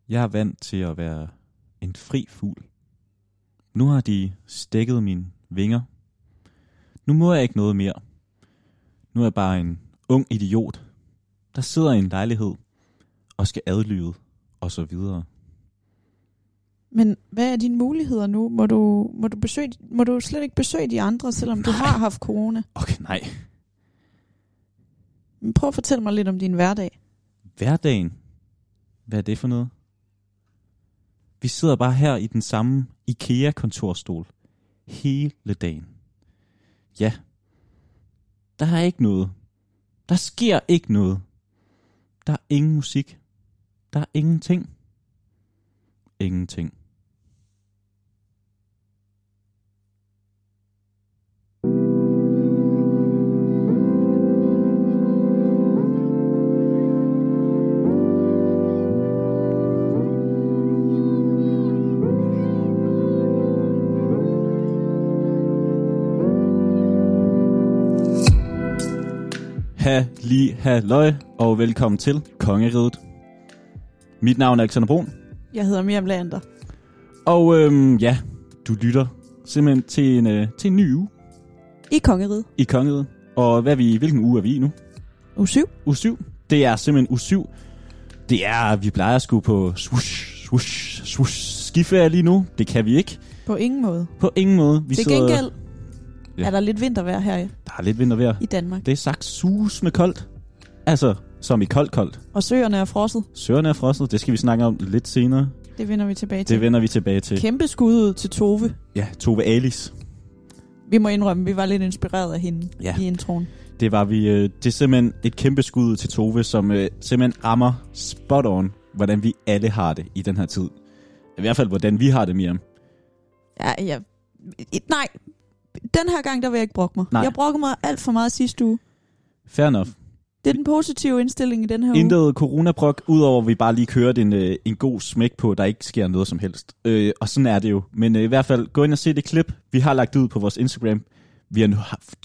Jeg er vant til at være en fri fugl. Nu har de stækket mine vinger. Nu må jeg ikke noget mere. Nu er jeg bare en ung idiot, der sidder i en lejlighed og skal adlyde og så videre. Men hvad er dine muligheder nu? Må du slet ikke besøge de andre, selvom du har haft corona? Okay, nej. Men prøv at fortælle mig lidt om din hverdag. Hverdagen? Hvad er det for noget? Vi sidder bare her i den samme IKEA-kontorstol hele dagen. Ja, der er ikke noget. Der sker ikke noget. Der er ingen musik. Der er ingenting. Ingenting. Halløj og velkommen til Kongeriget. Mit navn er Alexander Brun. Jeg hedder Miriam Lander. Og ja, du lytter simpelthen til en ny uge. I Kongeriget. I Kongeriget. Og hvilken uge er vi i nu? Uge 7. Uge 7. Det er simpelthen uge 7. Det er, vi plejer at skulle på swoosh skiferie lige nu. Det kan vi ikke. På ingen måde. På ingen måde. Til gengæld er der lidt vintervejr her. Der er lidt vintervejr. I Danmark. Det er sagt sus med koldt. Altså, som i koldt. Og søerne er frosset. Søerne er frosset. Det skal vi snakke om lidt senere. Det vender vi tilbage til. Kæmpe skud ud til Tove. Ja, Tove Alice. Vi må indrømme, vi var lidt inspireret af hende i introen. Det var vi. Det er simpelthen et kæmpe skud til Tove, som simpelthen rammer spot on, hvordan vi alle har det i den her tid. I hvert fald, hvordan vi har det, Miriam. Ja. Nej. Den her gang, der vil jeg ikke brokke mig. Nej. Jeg brokkede mig alt for meget sidste uge. Fair enough. Det er den positive indstilling i den her uge. Intet coronabrok, udover at vi bare lige kørte en god smæk på, der ikke sker noget som helst. Og sådan er det jo. Men i hvert fald, gå ind og se det klip, vi har lagt ud på vores Instagram. Vi har nu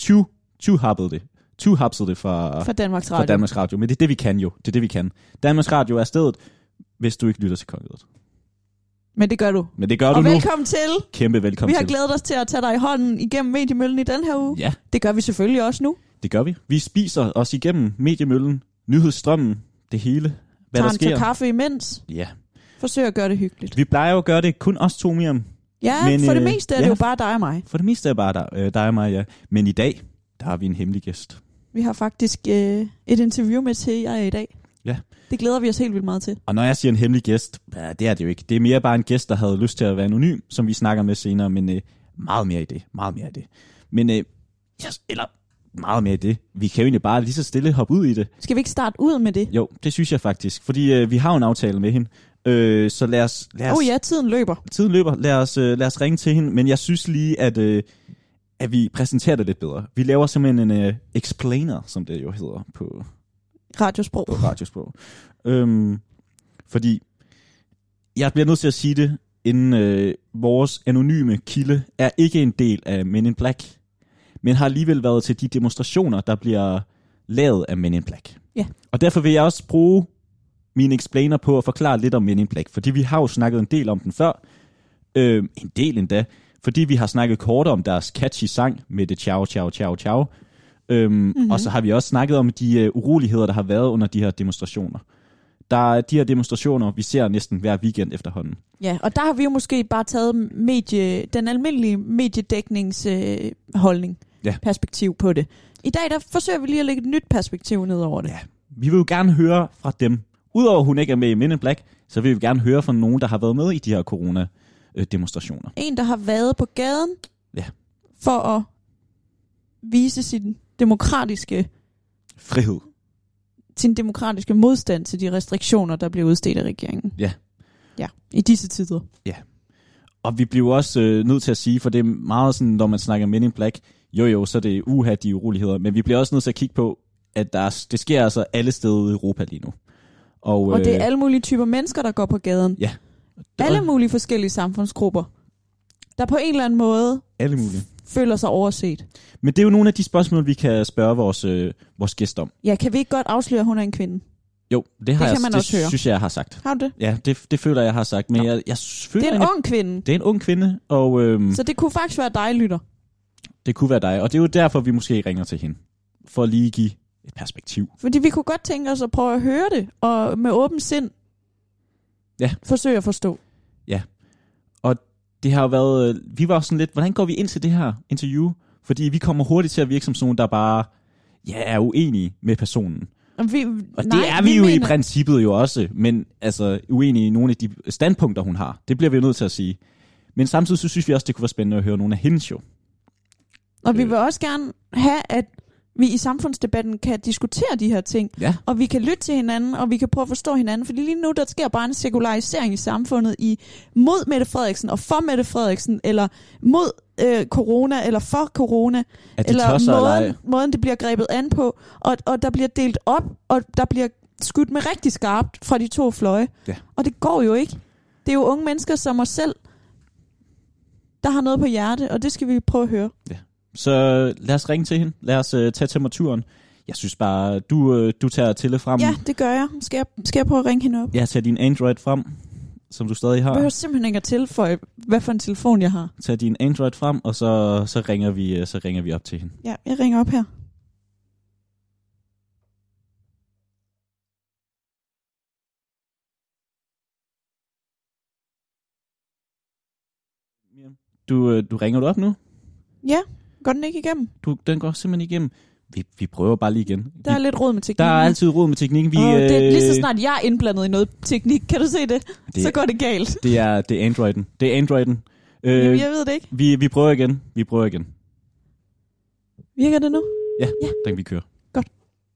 two-hapset det fra Danmarks Radio. Men det er det, vi kan jo. Det er det, vi kan. Danmarks Radio er stedet, hvis du ikke lytter til Kongeriget. Men det gør du. Og nu. Velkommen til. Kæmpe velkommen til. Vi har glædet os til at tage dig i hånden igennem mediemøllen i den her uge. Ja. Det gør vi selvfølgelig også nu. Det gør vi. Vi spiser os igennem mediemøllen, nyhedsstrømmen, det hele. Hvad der sker. Tager kaffe imens. Ja. Forsøger at gøre det hyggeligt. Vi plejer jo at gøre det kun os to, Miriam. Ja, men, for det meste er det jo bare dig og mig. For det meste er bare dig og mig, ja. Men i dag, der har vi en hemmelig gæst. Vi har faktisk et interview med til jer i dag. Ja. Det glæder vi os helt vildt meget til. Og når jeg siger en hemmelig gæst, det er det jo ikke. Det er mere bare en gæst, der havde lyst til at være anonym, som vi snakker med senere, men meget mere i det. Men, meget mere i det. Vi kan jo egentlig bare lige så stille hoppe ud i det. Skal vi ikke starte ud med det? Jo, det synes jeg faktisk. Fordi vi har jo en aftale med hende. Så lad os... ja, tiden løber. Tiden løber. Lad os ringe til hende. Men jeg synes lige, at vi præsenterer det lidt bedre. Vi laver simpelthen en explainer, som det jo hedder på... Radiosprog. Fordi jeg bliver nødt til at sige det, inden vores anonyme kilde er ikke en del af Men in Black, men har alligevel været til de demonstrationer, der bliver lavet af Men in Black. Ja. Og derfor vil jeg også bruge min explainer på at forklare lidt om Men in Black, fordi vi har jo snakket en del om den før. En del endda, fordi vi har snakket kort om deres catchy sang med det ciao, ciao, ciao, ciao. Og så har vi også snakket om de uroligheder, der har været under de her demonstrationer. Der er de her demonstrationer, vi ser næsten hver weekend efterhånden. Ja, og der har vi jo måske bare taget den almindelige mediedækningsholdning, perspektiv på det. I dag der forsøger vi lige at lægge et nyt perspektiv ned over det. Ja, vi vil jo gerne høre fra dem. Udover at hun ikke er med i Men in Black, så vil vi gerne høre fra nogen, der har været med i de her corona-demonstrationer. En, der har været på gaden for at vise sin demokratiske frihed. Sin demokratiske modstand til de restriktioner, der bliver udstedt af regeringen. Ja. Ja, i disse tider. Ja. Og vi bliver også nødt til at sige, for det er meget sådan, når man snakker Men in Black, så er det de uroligheder, men vi bliver også nødt til at kigge på, at det sker altså alle steder i Europa lige nu. Og det er alle mulige typer mennesker, der går på gaden. Ja. Alle mulige forskellige samfundsgrupper, der på en eller anden måde føler sig overset. Men det er jo nogle af de spørgsmål, vi kan spørge vores gæst om. Ja, kan vi ikke godt afsløre, at hun er en kvinde? Jo, det har Det kan man det også høre. synes jeg har sagt. Har du det? Ja, det føler jeg har sagt. Men jeg føler, Det er en ung kvinde. Det er en ung kvinde, og Så det kunne faktisk være dig, lytter. det kunne være dig. Og det er jo derfor, vi måske ringer til hende. For at lige give et perspektiv. Fordi vi kunne godt tænke os at prøve at høre det, og med åben sind forsøge at forstå. Ja, og det har jo været, vi var sådan lidt, hvordan går vi ind til det her interview? Fordi vi kommer hurtigt til at virke som sådan, der bare er uenige med personen. Og det er vi jo i princippet jo også, men altså uenige i nogle af de standpunkter, hun har. Det bliver vi jo nødt til at sige. Men samtidig så synes vi også, det kunne være spændende at høre nogle af hendes jo. Og vi vil også gerne have, at vi i samfundsdebatten kan diskutere de her ting, og vi kan lytte til hinanden, og vi kan prøve at forstå hinanden, fordi lige nu, der sker bare en sekularisering i samfundet mod Mette Frederiksen, og for Mette Frederiksen, eller mod corona, eller for corona, eller måden, det bliver grebet an på, og der bliver delt op, og der bliver skudt med rigtig skarpt fra de to fløje. Ja. Og det går jo ikke. Det er jo unge mennesker som os selv, der har noget på hjerte, og det skal vi prøve at høre. Ja. Så lad os ringe til hende. Lad os tage temperaturen. Jeg synes bare, du tager Tille frem. Ja, det gør jeg. Skal jeg prøve at ringe hende op? Ja, tag din Android frem, som du stadig har. Jeg behøver simpelthen ikke at tilføje, hvad for en telefon jeg har. Tag din Android frem, og så ringer vi op til hende. Ja, jeg ringer op her. Du ringer du op nu? Ja. Går den ikke igennem? Den går simpelthen igennem. Vi prøver bare lige igen. Der er lidt råd med teknikken. Der er altid råd med teknikken. Det er lige så snart jeg er indblandet i noget teknik. Kan du se det? Så går det galt. Det er Androiden. Det er Androiden. Jamen, jeg ved det ikke. Vi prøver igen. Virker det nu? Ja, den kan vi køre. Godt.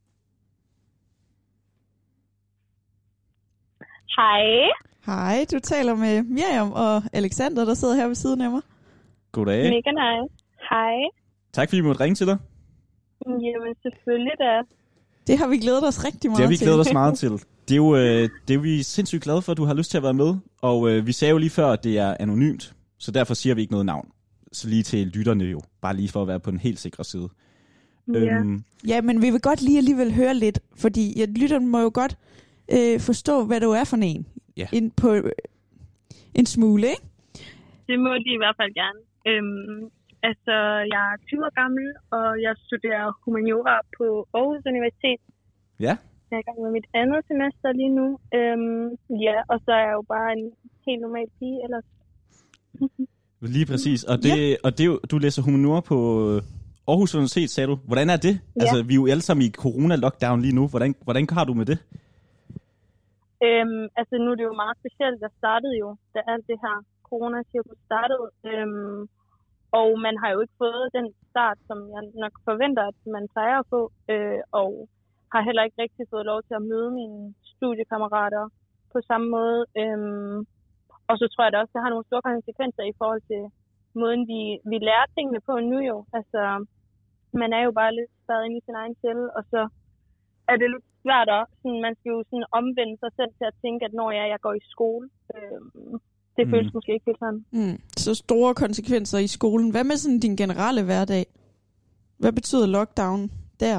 Hej, du taler med Miriam og Alexander, der sidder her ved siden af mig. Goddag. Mega nice. Hej. Tak fordi vi måtte ringe til dig. Jamen selvfølgelig da. Det har vi glædet os rigtig meget til. Det har vi glædet os meget til. Det er vi sindssygt glade for, at du har lyst til at være med. Og vi sagde jo lige før, at det er anonymt, så derfor siger vi ikke noget navn. Så lige til lytterne jo, bare lige for at være på den helt sikre side. Ja. Ja, men vi vil godt lige alligevel høre lidt, fordi lytterne må jo godt forstå, hvad du er for en. Ja. Ind på en smule, ikke? Det må de i hvert fald gerne. Altså, jeg er 20 år gammel, og jeg studerer humaniora på Aarhus Universitet. Ja. Jeg er i gang med mit andet semester lige nu. Og så er jeg jo bare en helt normal pige ellers. Lige præcis. Og det er jo, du læser humaniora på Aarhus Universitet, sagde du. Hvordan er det? Ja. Altså, vi er jo alle sammen i corona-lockdown lige nu. Hvordan har du med det? Altså, nu er det jo meget specielt. Jeg startede jo, da alt det her corona-cirkus startede. Og man har jo ikke fået den start, som jeg nok forventer, at man plejer at få. Og har heller ikke rigtig fået lov til at møde mine studiekammerater på samme måde. Og så tror jeg da også, at det har nogle store konsekvenser i forhold til måden, vi lærer tingene på nu jo. Altså, man er jo bare lidt spadet inde i sin egen celle, og så er det lidt svært at, sådan, man skal jo sådan omvende sig selv til at tænke, at når jeg går i skole, det føles måske ikke helt sådan. Så store konsekvenser i skolen. Hvad med sådan din generelle hverdag? Hvad betyder lockdown der?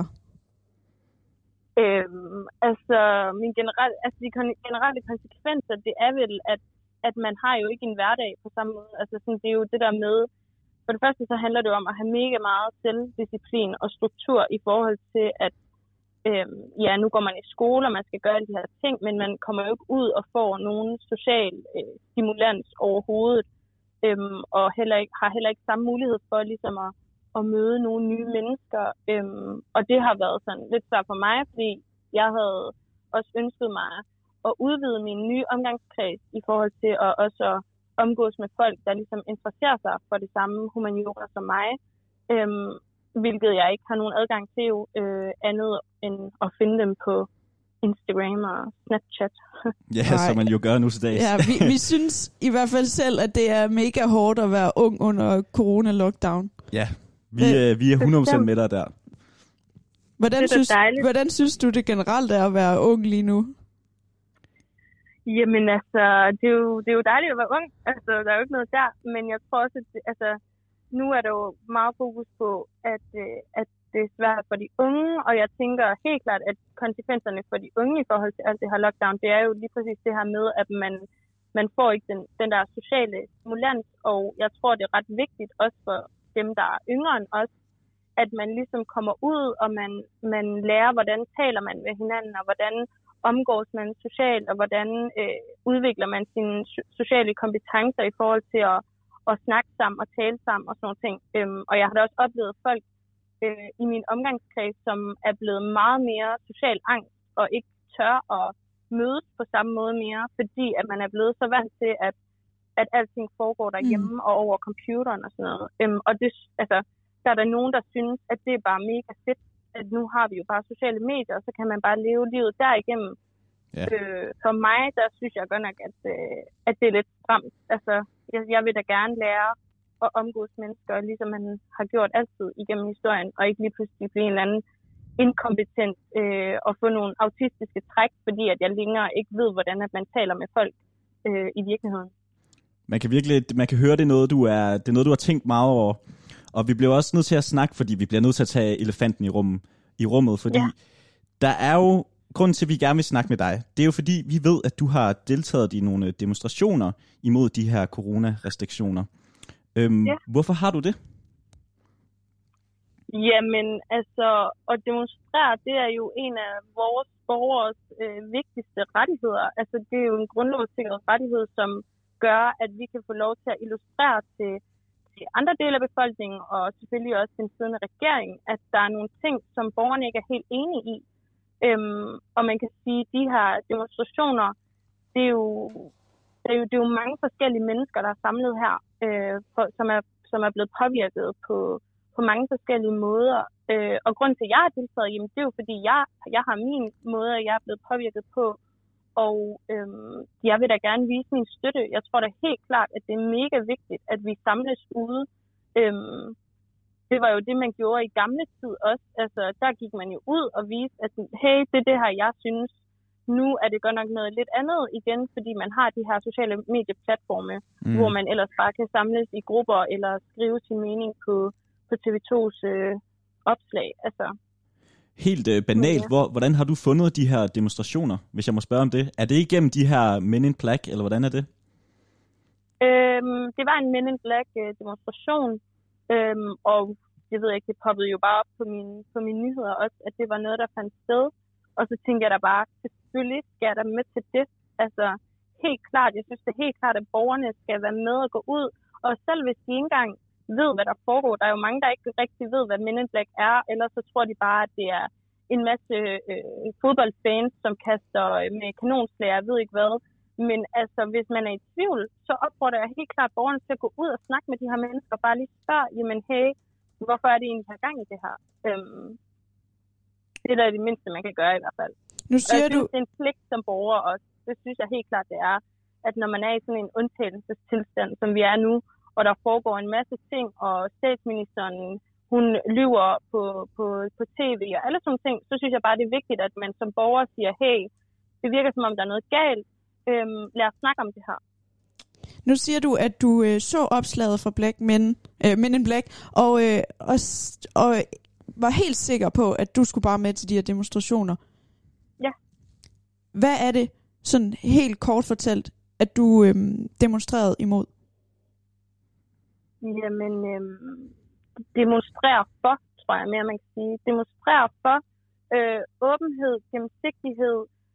De generelle konsekvenser, det er vel, at man har jo ikke en hverdag på samme måde. Altså sådan, det er jo det der med, for det første så handler det om at have mega meget selvdisciplin og struktur i forhold til, at nu går man i skole, og man skal gøre alle de her ting, men man kommer jo ikke ud og får nogen social stimulans overhovedet, og har heller ikke samme mulighed for ligesom at møde nogle nye mennesker. Og det har været sådan lidt svært for mig, fordi jeg havde også ønsket mig at udvide min nye omgangskreds i forhold til at også omgås med folk, der ligesom interesserer sig for det samme humaniora som mig. Hvilket jeg ikke har nogen adgang til andet end at finde dem på Instagram og Snapchat. Ja, som man jo gør nu til dags. Ja, vi synes i hvert fald selv, at det er mega hårdt at være ung under corona-lockdown. Ja, vi er 100% med dig der. Hvordan synes du det generelt er at være ung lige nu? Jamen altså, det er jo dejligt at være ung. Altså, der er jo ikke noget der. Men jeg tror også, at nu er der jo meget fokus på, at det er svært for de unge, og jeg tænker helt klart, at konsekvenserne for de unge i forhold til alt det her lockdown, det er jo lige præcis det her med, at man får ikke den der sociale stimulans, og jeg tror, det er ret vigtigt også for dem, der er yngre end os, at man ligesom kommer ud, og man lærer, hvordan taler man med hinanden, og hvordan omgås man socialt, og hvordan udvikler man sine sociale kompetencer i forhold til at snakke sammen og tale sammen og sådan nogle ting. Og jeg har da også oplevet folk i min omgangskreds, som er blevet meget mere social angst, og ikke tør at mødes på samme måde mere, fordi at man er blevet så vant til, at alting foregår derhjemme og over computeren og sådan noget. Og det, altså, der er der nogen, der synes, at det er bare mega fedt, at nu har vi jo bare sociale medier, og så kan man bare leve livet derigennem. Ja. For mig, der synes jeg godt nok, at det er lidt stramt. Altså, jeg vil da gerne lære at omgås mennesker, ligesom man har gjort altid igennem historien, og ikke lige pludselig blive en eller anden inkompetent og få nogle autistiske træk, fordi at jeg længere ikke ved, hvordan at man taler med folk i virkeligheden. Man kan høre, det er noget, du har tænkt meget over. Og vi bliver også nødt til at snakke, fordi vi bliver nødt til at tage elefanten i rummet, fordi der er jo, grunden til, at vi gerne vil snakke med dig, det er jo fordi, vi ved, at du har deltaget i nogle demonstrationer imod de her coronarestriktioner. Hvorfor har du det? Jamen, altså, at demonstrere, det er jo en af vores borgers vigtigste rettigheder. Altså, det er jo en grundlovssikret rettighed, som gør, at vi kan få lov til at illustrere til andre dele af befolkningen, og selvfølgelig også den siddende regering, at der er nogle ting, som borgerne ikke er helt enige i. Og man kan sige, at de her demonstrationer, det er jo mange forskellige mennesker, der er samlet her, som er blevet påvirket på mange forskellige måder. Og grunden til, at jeg har deltaget, jamen, det er jo fordi, jeg har min måde, jeg er blevet påvirket på, og jeg vil da gerne vise min støtte. Jeg tror da helt klart, at det er mega vigtigt, at vi samles ude. Det var jo det, man gjorde i gamle tid også. Altså, der gik man jo ud og viste, at hey, det er det her, jeg synes. Nu er det godt nok noget lidt andet igen, fordi man har de her sociale medieplatforme, hvor man ellers bare kan samles i grupper eller skrive sin mening på TV2's opslag. Altså. Helt banalt, hvordan har du fundet de her demonstrationer, hvis jeg må spørge om det? Er det igennem de her Men in Black, eller hvordan er det? Det var en Men in Black demonstration, og jeg ved ikke, det poppede jo bare op på mine nyheder også, at det var noget, der fandt sted. Og så tænkte jeg da bare, selvfølgelig skal jeg da med til det. Altså, helt klart, jeg synes det er helt klart, at borgerne skal være med og gå ud. Og selv hvis de ikke engang ved, hvad der foregår, der er jo mange, der ikke rigtig ved, hvad Men in Black er, ellers så tror de bare, at det er en masse fodboldfans, som kaster med kanonslag, jeg ved ikke hvad. Men altså, hvis man er i tvivl, så opfordrer jeg helt klart borgerne til at gå ud og snakke med de her mennesker, og bare lige spørge, jamen hey, hvorfor er det egentlig, der er gang i det her? Det er da det mindste, man kan gøre i hvert fald. Nu siger du... Det er en pligt som borger også. Det synes jeg helt klart, det er, at når man er i sådan en undtagelsestilstand, som vi er nu, og der foregår en masse ting, og statsministeren, hun lyver på tv og alle sådan ting, så synes jeg bare, det er vigtigt, at man som borger siger, hey, det virker som om, der er noget galt. Lad os snakke om det her. Nu siger du, at du så opslaget fra Men in Black, og var helt sikker på, at du skulle bare med til de her demonstrationer. Ja. Hvad er det, sådan helt kort fortalt, at du demonstrerede imod? Jamen, demonstrere for, tror jeg mere, man kan sige. Demonstrere for åbenhed, gennemsigtighed,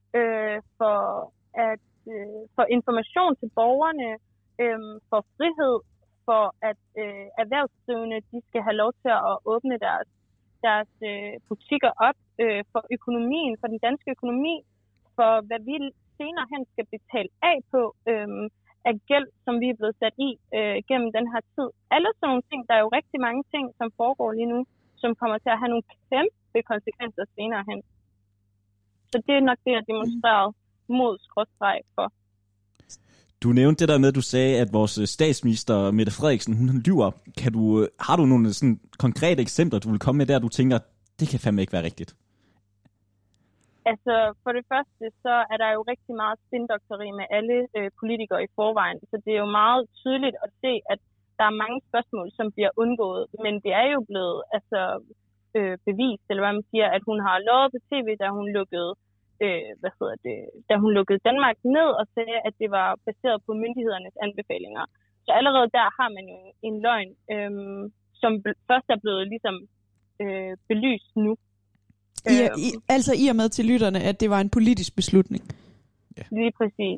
for information til borgerne, for frihed, for at erhvervsdrivende, de skal have lov til at åbne deres butikker op, for økonomien, for den danske økonomi, for hvad vi senere hen skal betale af på af gæld, som vi er blevet sat i gennem den her tid. Alle sådan nogle ting, der er jo rigtig mange ting, som foregår lige nu, som kommer til at have nogle kæmpe konsekvenser senere hen. Så det er nok det, jeg demonstrerede mod skråstreg for. Du nævnte det der med, at du sagde, at vores statsminister, Mette Frederiksen, hun lyver. Har du nogle sådan konkrete eksempler, du vil komme med der, du tænker, det kan fandme ikke være rigtigt? Altså, for det første, så er der jo rigtig meget spindokteri med alle politikere i forvejen. Så det er jo meget tydeligt at se, at der er mange spørgsmål, som bliver undgået. Men det er jo blevet bevist, eller hvad man siger, at hun har lovet på tv, da hun lukkede Danmark ned og sagde, at det var baseret på myndighedernes anbefalinger. Så allerede der har man jo en løgn, som først er blevet ligesom belyst nu. Altså i og med til lytterne, at det var en politisk beslutning. Ja. Lige præcis.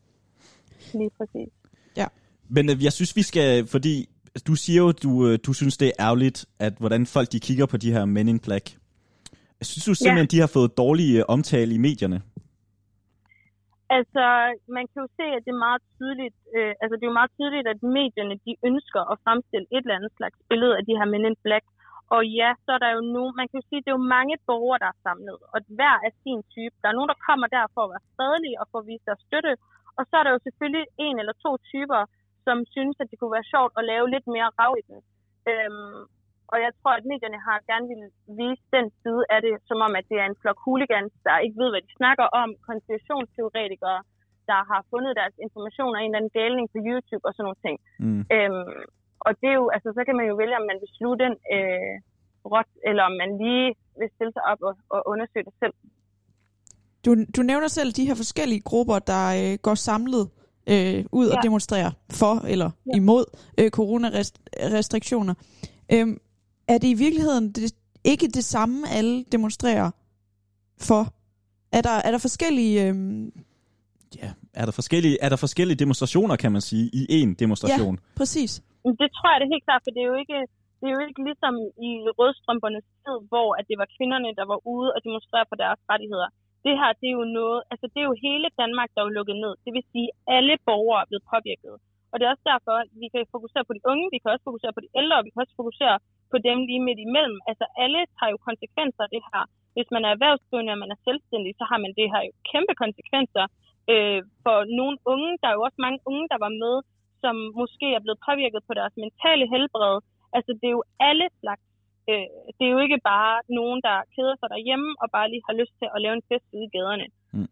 Ja. Men jeg synes, vi skal, fordi du siger jo, du synes, det er ærgerligt, at hvordan folk de kigger på de her Men in Black. Synes du simpelthen, de har fået dårlige omtale i medierne? Altså, man kan jo se, at det er meget tydeligt, det er jo meget tydeligt, at medierne, de ønsker at fremstille et eller andet slags billede af de her Men in Black. Og ja, så er der jo nu, man kan jo sige, at det er jo mange borgere, der er samlet, og hver af sin type. Der er nogen, der kommer der for at være fredelige og for at vise deres støtte, og så er der jo selvfølgelig en eller to typer, som synes, at det kunne være sjovt at lave lidt mere rav i den. Og jeg tror, at medierne har gerne vil vise den side af det, som om, at det er en flok hooligans, der ikke ved, hvad de snakker om, konspirationsteoretikere, der har fundet deres informationer i en eller anden galning på YouTube og sådan nogle ting. Og det er jo, altså, så kan man jo vælge, om man vil sluge den råt, eller om man lige vil stille sig op og undersøge det selv. Du nævner selv de her forskellige grupper, der går samlet ud og demonstrerer for eller imod coronarestriktioner. Er det i virkeligheden ikke det samme, alle demonstrerer for? Er der forskellige... Er der forskellige demonstrationer, kan man sige, i én demonstration? Ja, præcis. Det tror jeg det er helt klart, for det er jo ikke ligesom i rødstrømpernes tid, hvor at det var kvinderne, der var ude og demonstrere for deres rettigheder. Det her, det er jo noget, altså det er jo hele Danmark, der er lukket ned. Det vil sige, at alle borgere er blevet påvirket. Og det er også derfor, at vi kan fokusere på de unge, vi kan også fokusere på de ældre, og vi kan også fokusere på dem lige midt imellem. Altså alle tager jo konsekvenser af det her. Hvis man er erhvervsdrivende og man er selvstændig, så har man det her jo kæmpe konsekvenser for nogle unge. Der er jo også mange unge, der var med, som måske er blevet påvirket på deres mentale helbred. Altså det er jo alle slags. Det er jo ikke bare nogen, der keder sig derhjemme og bare lige har lyst til at lave en fest ude i gaderne.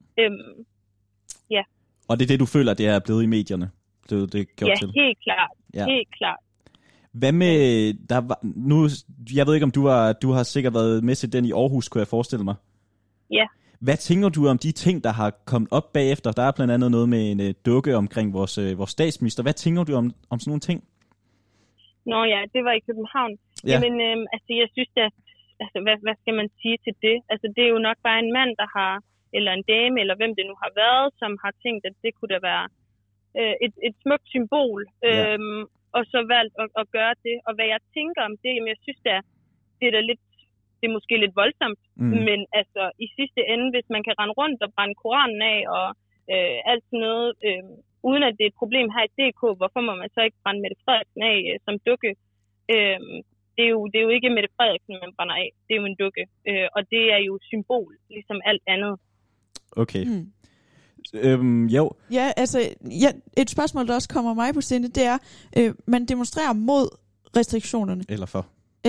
Ja. Og det er det, du føler, det er blevet i medierne? Det gjort til. Helt klart. Ja. Helt klart. Hvad med, nu, jeg ved ikke, om du har sikkert været med til den i Aarhus, kunne jeg forestille mig. Ja. Hvad tænker du om de ting, der har kommet op bagefter? Der er blandt andet noget med en dukke omkring vores statsminister. Hvad tænker du om sådan nogle ting? Nå ja, det var i København. Ja. Jamen, jeg synes, at hvad skal man sige til det? Altså, det er jo nok bare en mand, der har, eller en dame, eller hvem det nu har været, som har tænkt, at det kunne da være et smukt symbol, og så valgt at gøre det. Og hvad jeg tænker om det, jamen, jeg synes, det er måske lidt voldsomt, men altså i sidste ende, hvis man kan rende rundt og brænde Koranen af, og alt sådan noget, uden at det er et problem her i DK, hvorfor må man så ikke brænde Mette Frederiksen af som dukke? Det er jo ikke Mette Frederiksen, man brænder af, det er jo en dukke, og det er jo symbol, ligesom alt andet. Okay. Jo. Ja, altså, et spørgsmål, der også kommer mig på sinde, det er, man demonstrerer mod restriktionerne. Eller for.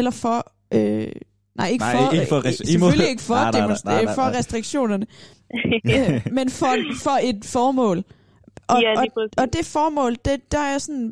Selvfølgelig ikke for, for restriktionerne, men for et formål. Og det formål, der er sådan,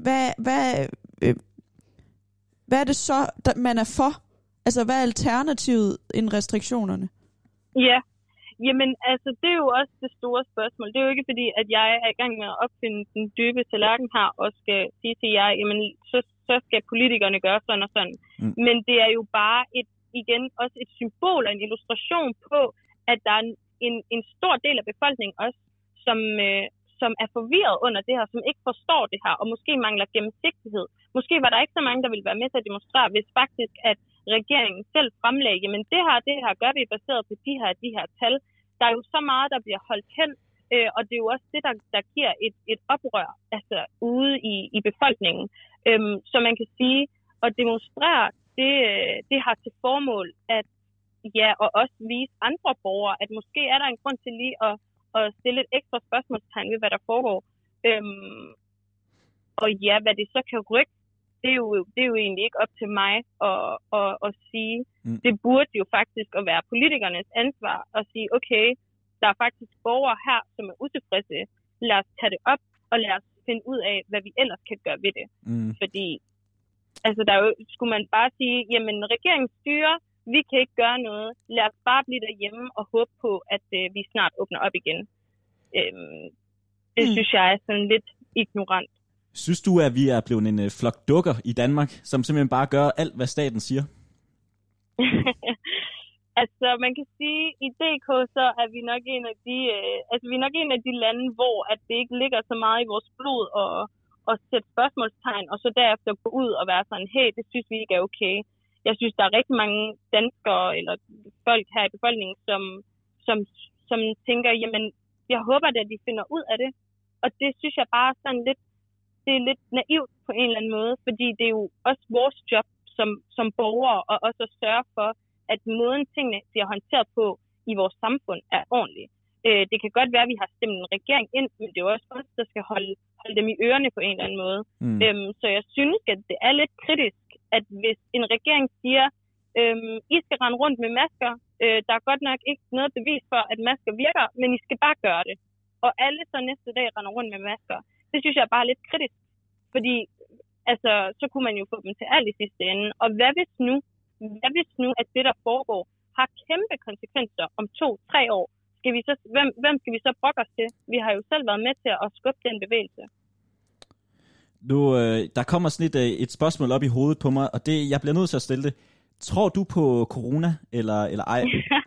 hvad er det så, man er for? Altså, hvad er alternativet end restriktionerne? Ja, jamen, altså, det er jo også det store spørgsmål. Det er jo ikke fordi, at jeg er i gang med at opfinde den dybe tallerken her, og skal sige til jer, jamen, så skal politikerne gøre sådan og sådan. Men det er jo bare også et symbol og en illustration på, at der er en stor del af befolkningen også, som er forvirret under det her, som ikke forstår det her, og måske mangler gennemsigtighed. Måske var der ikke så mange, der ville være med til at demonstrere, hvis faktisk, at regeringen selv fremlagde, men det her gør vi baseret på de her tal. Der er jo så meget, der bliver holdt hen, og det er jo også det, der giver et oprør altså ude i befolkningen. Så man kan sige, at demonstrere, det har til formål at og også vise andre borgere, at måske er der en grund til lige at stille et ekstra spørgsmålstegn ved, hvad der foregår. Og ja, hvad det så kan rykke, det er jo egentlig ikke op til mig at sige. Det burde jo faktisk at være politikernes ansvar at sige, okay, der er faktisk borgere her, som er utilfredse. Lad os tage det op, og lad os finde ud af, hvad vi ellers kan gøre ved det. Fordi, altså, skulle man bare sige, jamen, regeringen styrer, vi kan ikke gøre noget. Lad os bare blive derhjemme og håbe på, at vi snart åbner op igen. Det synes jeg er sådan lidt ignorant. Synes du, at vi er blevet en flok dukker i Danmark, som simpelthen bare gør alt, hvad staten siger? Altså, man kan sige, at i DK så er vi nok en af de lande, hvor at det ikke ligger så meget i vores blod og sætte spørgsmålstegn, og så derefter gå ud og være sådan, hey, det synes vi ikke er okay. Jeg synes, der er rigtig mange danskere eller folk her i befolkningen, som tænker, jamen, jeg håber at de finder ud af det. Og det synes jeg bare sådan lidt, det er lidt naivt på en eller anden måde, fordi det er jo også vores job som borgere, og også at sørge for, at måden tingene bliver håndteret på i vores samfund er ordentlig. Det kan godt være, at vi har stemt en regering ind, men det er jo også os, der skal holde dem i ørerne på en eller anden måde. Så jeg synes, at det er lidt kritisk, at hvis en regering siger, I skal rende rundt med masker, der er godt nok ikke noget bevis for, at masker virker, men I skal bare gøre det. Og alle så næste dag render rundt med masker. Det synes jeg bare er lidt kritisk, fordi altså, så kunne man jo få dem til alt i sidste ende. Og hvad hvis nu, at det, der foregår, har kæmpe konsekvenser om 2-3 år? Hvem skal vi så brokke os til? Vi har jo selv været med til at skubbe den bevægelse. Nu, der kommer sådan et spørgsmål op i hovedet på mig, og jeg bliver nødt til at stille det. Tror du på corona, eller ej?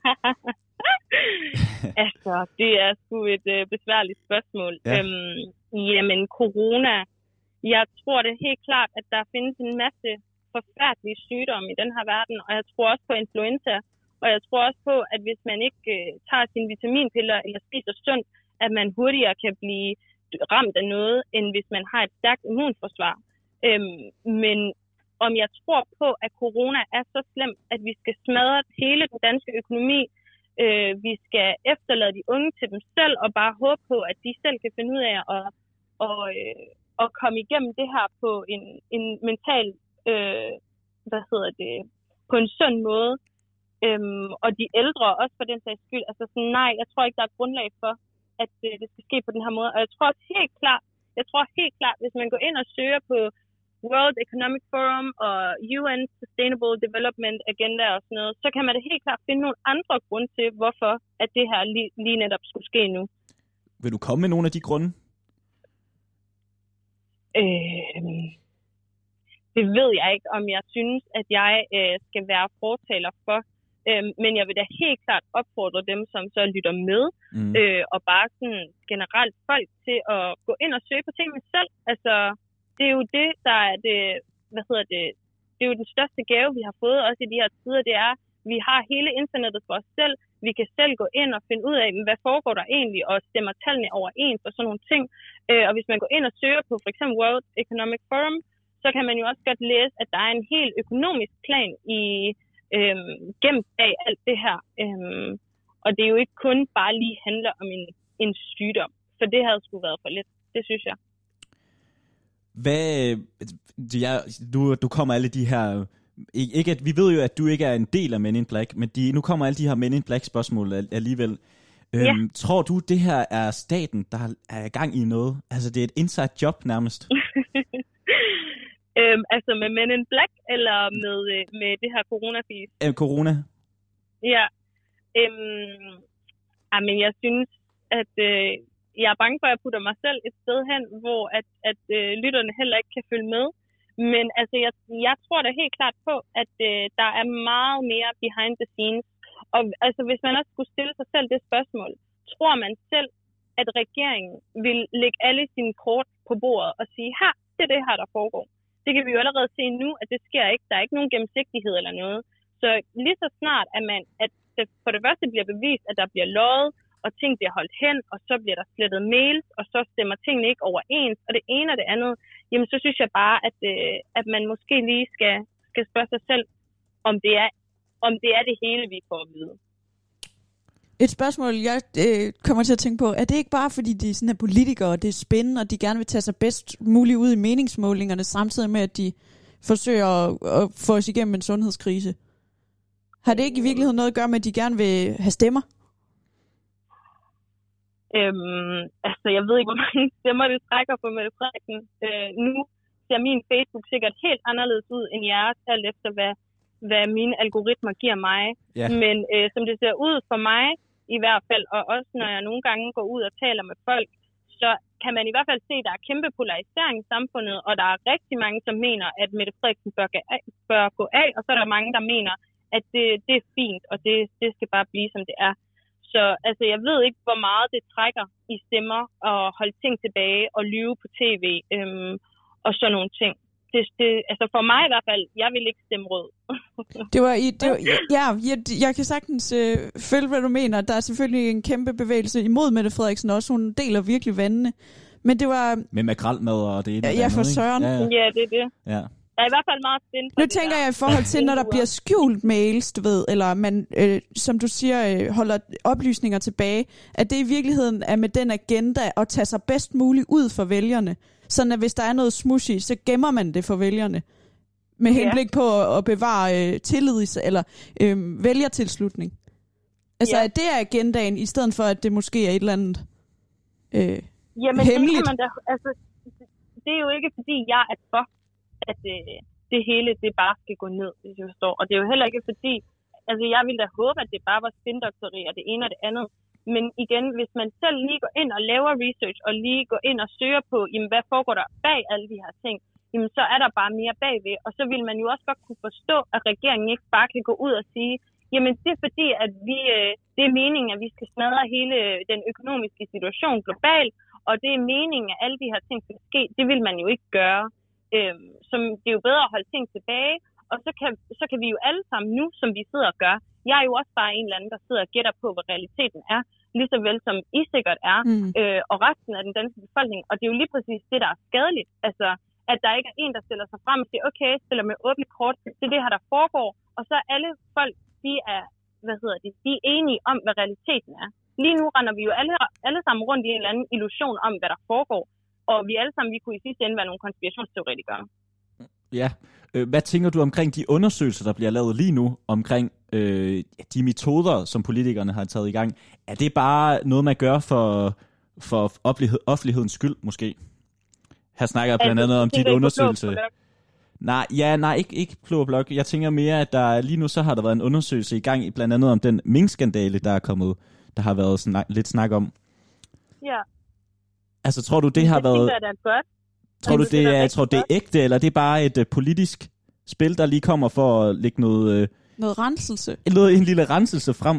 Altså, det er sgu et besværligt spørgsmål. Ja. Jamen, corona. Jeg tror det helt klart, at der findes en masse forfærdelige sygdomme i den her verden, og jeg tror også på influenza. Og jeg tror også på, at hvis man ikke tager sine vitaminpiller eller spiser sundt, at man hurtigere kan blive ramt af noget, end hvis man har et stærkt immunforsvar. Men om jeg tror på, at corona er så slemt, at vi skal smadre hele den danske økonomi, vi skal efterlade de unge til dem selv, og bare håbe på, at de selv kan finde ud af at komme igennem det her på en mental, på en sund måde. Og de ældre også for den sags skyld. Altså sådan, nej, jeg tror ikke, der er grundlag for, at det skal ske på den her måde. Og jeg tror helt klart, hvis man går ind og søger på World Economic Forum og UN Sustainable Development Agenda og sådan noget, så kan man da helt klart finde nogle andre grunde til, hvorfor at det her lige netop skulle ske nu. Vil du komme med nogle af de grunde? Det ved jeg ikke, om jeg synes, at jeg skal være fortaler for. Men jeg vil da helt klart opfordre dem, som så lytter med, og bare sådan generelt folk til at gå ind og søge på tingene selv. Altså, det er jo det, der er det, det er jo den største gave, vi har fået også i de her tider, det er, vi har hele internettet for os selv. Vi kan selv gå ind og finde ud af, hvad foregår der egentlig, og stemmer tallene overens og sådan nogle ting. Og hvis man går ind og søger på for eksempel World Economic Forum, så kan man jo også godt læse, at der er en helt økonomisk plan gemt bag alt det her. Og det er jo ikke kun bare lige handler om en sygdom, for det havde sgu været for lidt. Det synes jeg. Du kommer alle de her... Ikke at, vi ved jo, at du ikke er en del af Men in Black, men nu kommer alle de her Men in Black spørgsmål alligevel. Ja. Tror du, det her er staten, der er i gang i noget? Altså, det er et inside job nærmest. Altså med Men in Black, eller med det her coronafis? Corona. Ja. Men jeg synes, at jeg er bange for, at jeg putter mig selv et sted hen, hvor at lytterne heller ikke kan følge med. Men altså, jeg tror da helt klart på, at der er meget mere behind the scenes. Og altså, hvis man også skulle stille sig selv det spørgsmål, tror man selv, at regeringen vil lægge alle sine kort på bordet og sige, her, det er det her, der foregår. Det kan vi jo allerede se nu, at det sker ikke. Der er ikke nogen gennemsigtighed eller noget. Så lige så snart, at det for det første bliver bevist, at der bliver løjet, og ting bliver holdt hen, og så bliver der slettet mails, og så stemmer tingene ikke overens, og det ene og det andet, jamen så synes jeg bare, at man måske lige skal spørge sig selv, om det er det hele, vi får at vide. Et spørgsmål, jeg kommer til at tænke på, er det ikke bare fordi de er sådan her politikere, og det er spændende, og de gerne vil tage sig bedst muligt ud i meningsmålingerne, samtidig med, at de forsøger at få os igennem en sundhedskrise? Har det ikke i virkeligheden noget at gøre med, at de gerne vil have stemmer? Altså, jeg ved ikke, hvor mange stemmer det trækker på Mette Frederiksen. Nu ser min Facebook sikkert helt anderledes ud end jeres, alt efter hvad mine algoritmer giver mig. Ja. Men som det ser ud for mig i hvert fald, og også når jeg nogle gange går ud og taler med folk, så kan man i hvert fald se, at der er kæmpe polarisering i samfundet, og der er rigtig mange, som mener, at Mette Frederiksen bør gå af, og så er der mange, der mener, at det er fint, og det skal bare blive, som det er. Så altså, jeg ved ikke, hvor meget det trækker i stemmer og holde ting tilbage og lyve på tv og sådan nogle ting. Altså for mig i hvert fald, jeg vil ikke stemme rød. Jeg kan sagtens følge, hvad du mener. Der er selvfølgelig en kæmpe bevægelse imod Mette Frederiksen også. Hun deler virkelig vandene. Men det var... Med makrelmad og det ene. Ja, for søren. Ja, det er det. Ja. Jeg er i hvert fald meget spændt. Nu tænker jeg i forhold til, når der bliver skjult mails, du ved, eller man, som du siger, holder oplysninger tilbage, at det i virkeligheden er med den agenda at tage sig bedst muligt ud for vælgerne. Sådan at hvis der er noget smushy, så gemmer man det for vælgerne. Med henblik på at bevare tillid eller vælgertilslutning. Altså at det er agendaen, i stedet for at det måske er et eller andet hemmeligt. Det kan man da, altså, det er jo ikke fordi jeg er for, at det hele det bare skal gå ned, hvis jeg forstår. Og det er jo heller ikke fordi, altså jeg ville da håbe, at det bare var spindoktori og det ene og det andet. Men igen, hvis man selv lige går ind og laver research, og lige går ind og søger på, jamen, hvad foregår der bag alle de her ting, jamen, så er der bare mere bagved. Og så vil man jo også godt kunne forstå, at regeringen ikke bare kan gå ud og sige, jamen det er fordi, at det er meningen, at vi skal smadre hele den økonomiske situation globalt, og det er meningen, at alle de her ting skal ske. Det vil man jo ikke gøre. Det er jo bedre at holde ting tilbage, og så kan vi jo alle sammen nu, som vi sidder og gør. Jeg er jo også bare en eller anden, der sidder og gætter på, hvad realiteten er, lige så vel som I sikkert er, og resten af den danske befolkning. Og det er jo lige præcis det, der er skadeligt. Altså, at der ikke er en, der stiller sig frem og siger, okay, stiller med åbne kort, det er det her, der foregår. Og så alle folk, de er enige om, hvad realiteten er. Lige nu render vi jo alle sammen rundt i en eller anden illusion om, hvad der foregår. Og vi alle sammen, vi kunne i sidste ende være nogle konspirationsteoretikere. Ja. Hvad tænker du omkring de undersøgelser, der bliver lavet lige nu, omkring de metoder, som politikerne har taget i gang? Er det bare noget, man gør for offentlighedens skyld, måske? Her snakker jeg blandt andet om dit undersøgelse. Nej, ikke Blå Blok. Jeg tænker mere, at der lige nu så har der været en undersøgelse i gang, blandt andet om den minkskandale, der er kommet, der har været lidt snak om. Ja. Altså, tror du, det har været... Det er godt. Tror du, det er ægte, eller det er bare et politisk spil, der lige kommer for at lægge noget... Noget renselse? En lille renselse frem?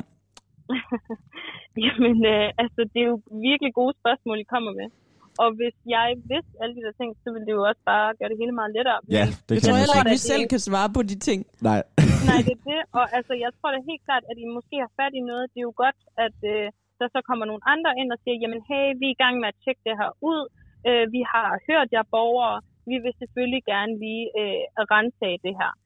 Jamen, det er jo virkelig gode spørgsmål, I kommer med. Og hvis jeg vidste alle de der ting, så ville det jo også bare gøre det hele meget lettere. Ja, det kan jeg tror ikke, vi selv kan svare på de ting. Nej. Nej, det er det. Og altså, jeg tror da helt klart, at I måske har fat i noget. Det er jo godt, at der så kommer nogle andre ind og siger, jamen hey, vi er i gang med at tjekke det her ud. Vi har hørt jer borgere. Vi vil selvfølgelig gerne lige rensage det her.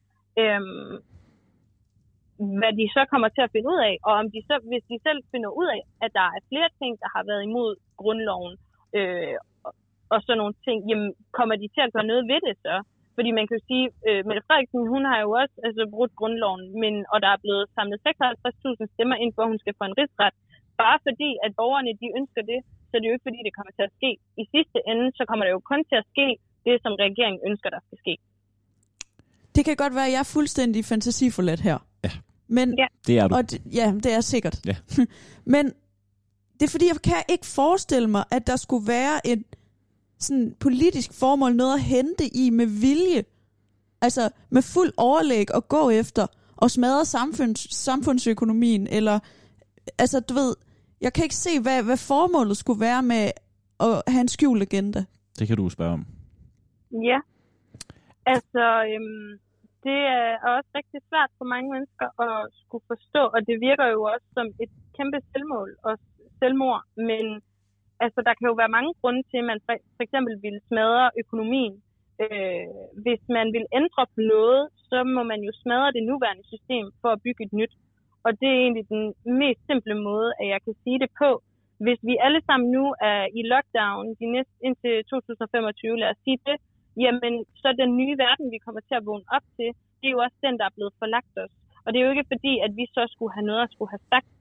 Hvad de så kommer til at finde ud af, og om de så, hvis de selv finder ud af, at der er flere ting, der har været imod grundloven, og sådan nogle ting, jamen kommer de til at gøre noget ved det så? Fordi man kan jo sige, Mette Frederiksen, hun har jo også brudt grundloven, og der er blevet samlet 56.000 stemmer ind, for hun skal få en rigsret. Bare fordi, at borgerne de ønsker det, så det er jo ikke fordi, det kommer til at ske. I sidste ende, så kommer det jo kun til at ske det, som regeringen ønsker, der skal ske. Det kan godt være, at jeg er fuldstændig fantasiforladt her. Ja, men, det er du. Og det er sikkert. Ja. Men det er fordi, jeg kan ikke forestille mig, at der skulle være et sådan politisk formål, noget at hente i med vilje. Altså med fuld overlæg at gå efter og smadre samfundsøkonomien. Eller, altså du ved, jeg kan ikke se, hvad formålet skulle være med at have en skjult agenda. Det kan du spørge om. Ja, altså det er også rigtig svært for mange mennesker at skulle forstå, og det virker jo også som et kæmpe selvmål og selvmord, men altså der kan jo være mange grunde til, at man for eksempel vil smadre økonomien. Hvis man vil ændre på noget, så må man jo smadre det nuværende system for at bygge et nyt. Og det er egentlig den mest simple måde, at jeg kan sige det på. Hvis vi alle sammen nu er i lockdown indtil 2025, lad os sige det, jamen så den nye verden, vi kommer til at vågne op til, det er jo også den, der er blevet forlagt os. Og det er jo ikke fordi, at vi så skulle have noget at skulle have sagt.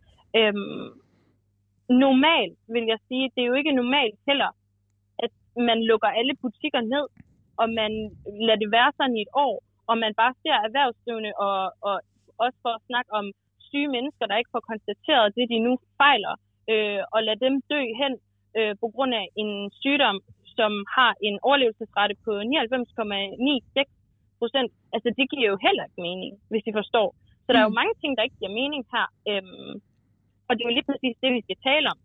Normalt, vil jeg sige, det er jo ikke normalt heller, at man lukker alle butikker ned, og man lader det være sådan i et år, og man bare ser erhvervsdrivende og også for at snakke om syge mennesker, der ikke får konstateret det, de nu fejler, og lade dem dø hen på grund af en sygdom, som har en overlevelsesrate på 99,96%. Altså, det giver jo heller ikke mening, hvis I forstår. Så der er jo mange ting, der ikke giver mening her. Og det er jo lige præcis det, vi skal tale om.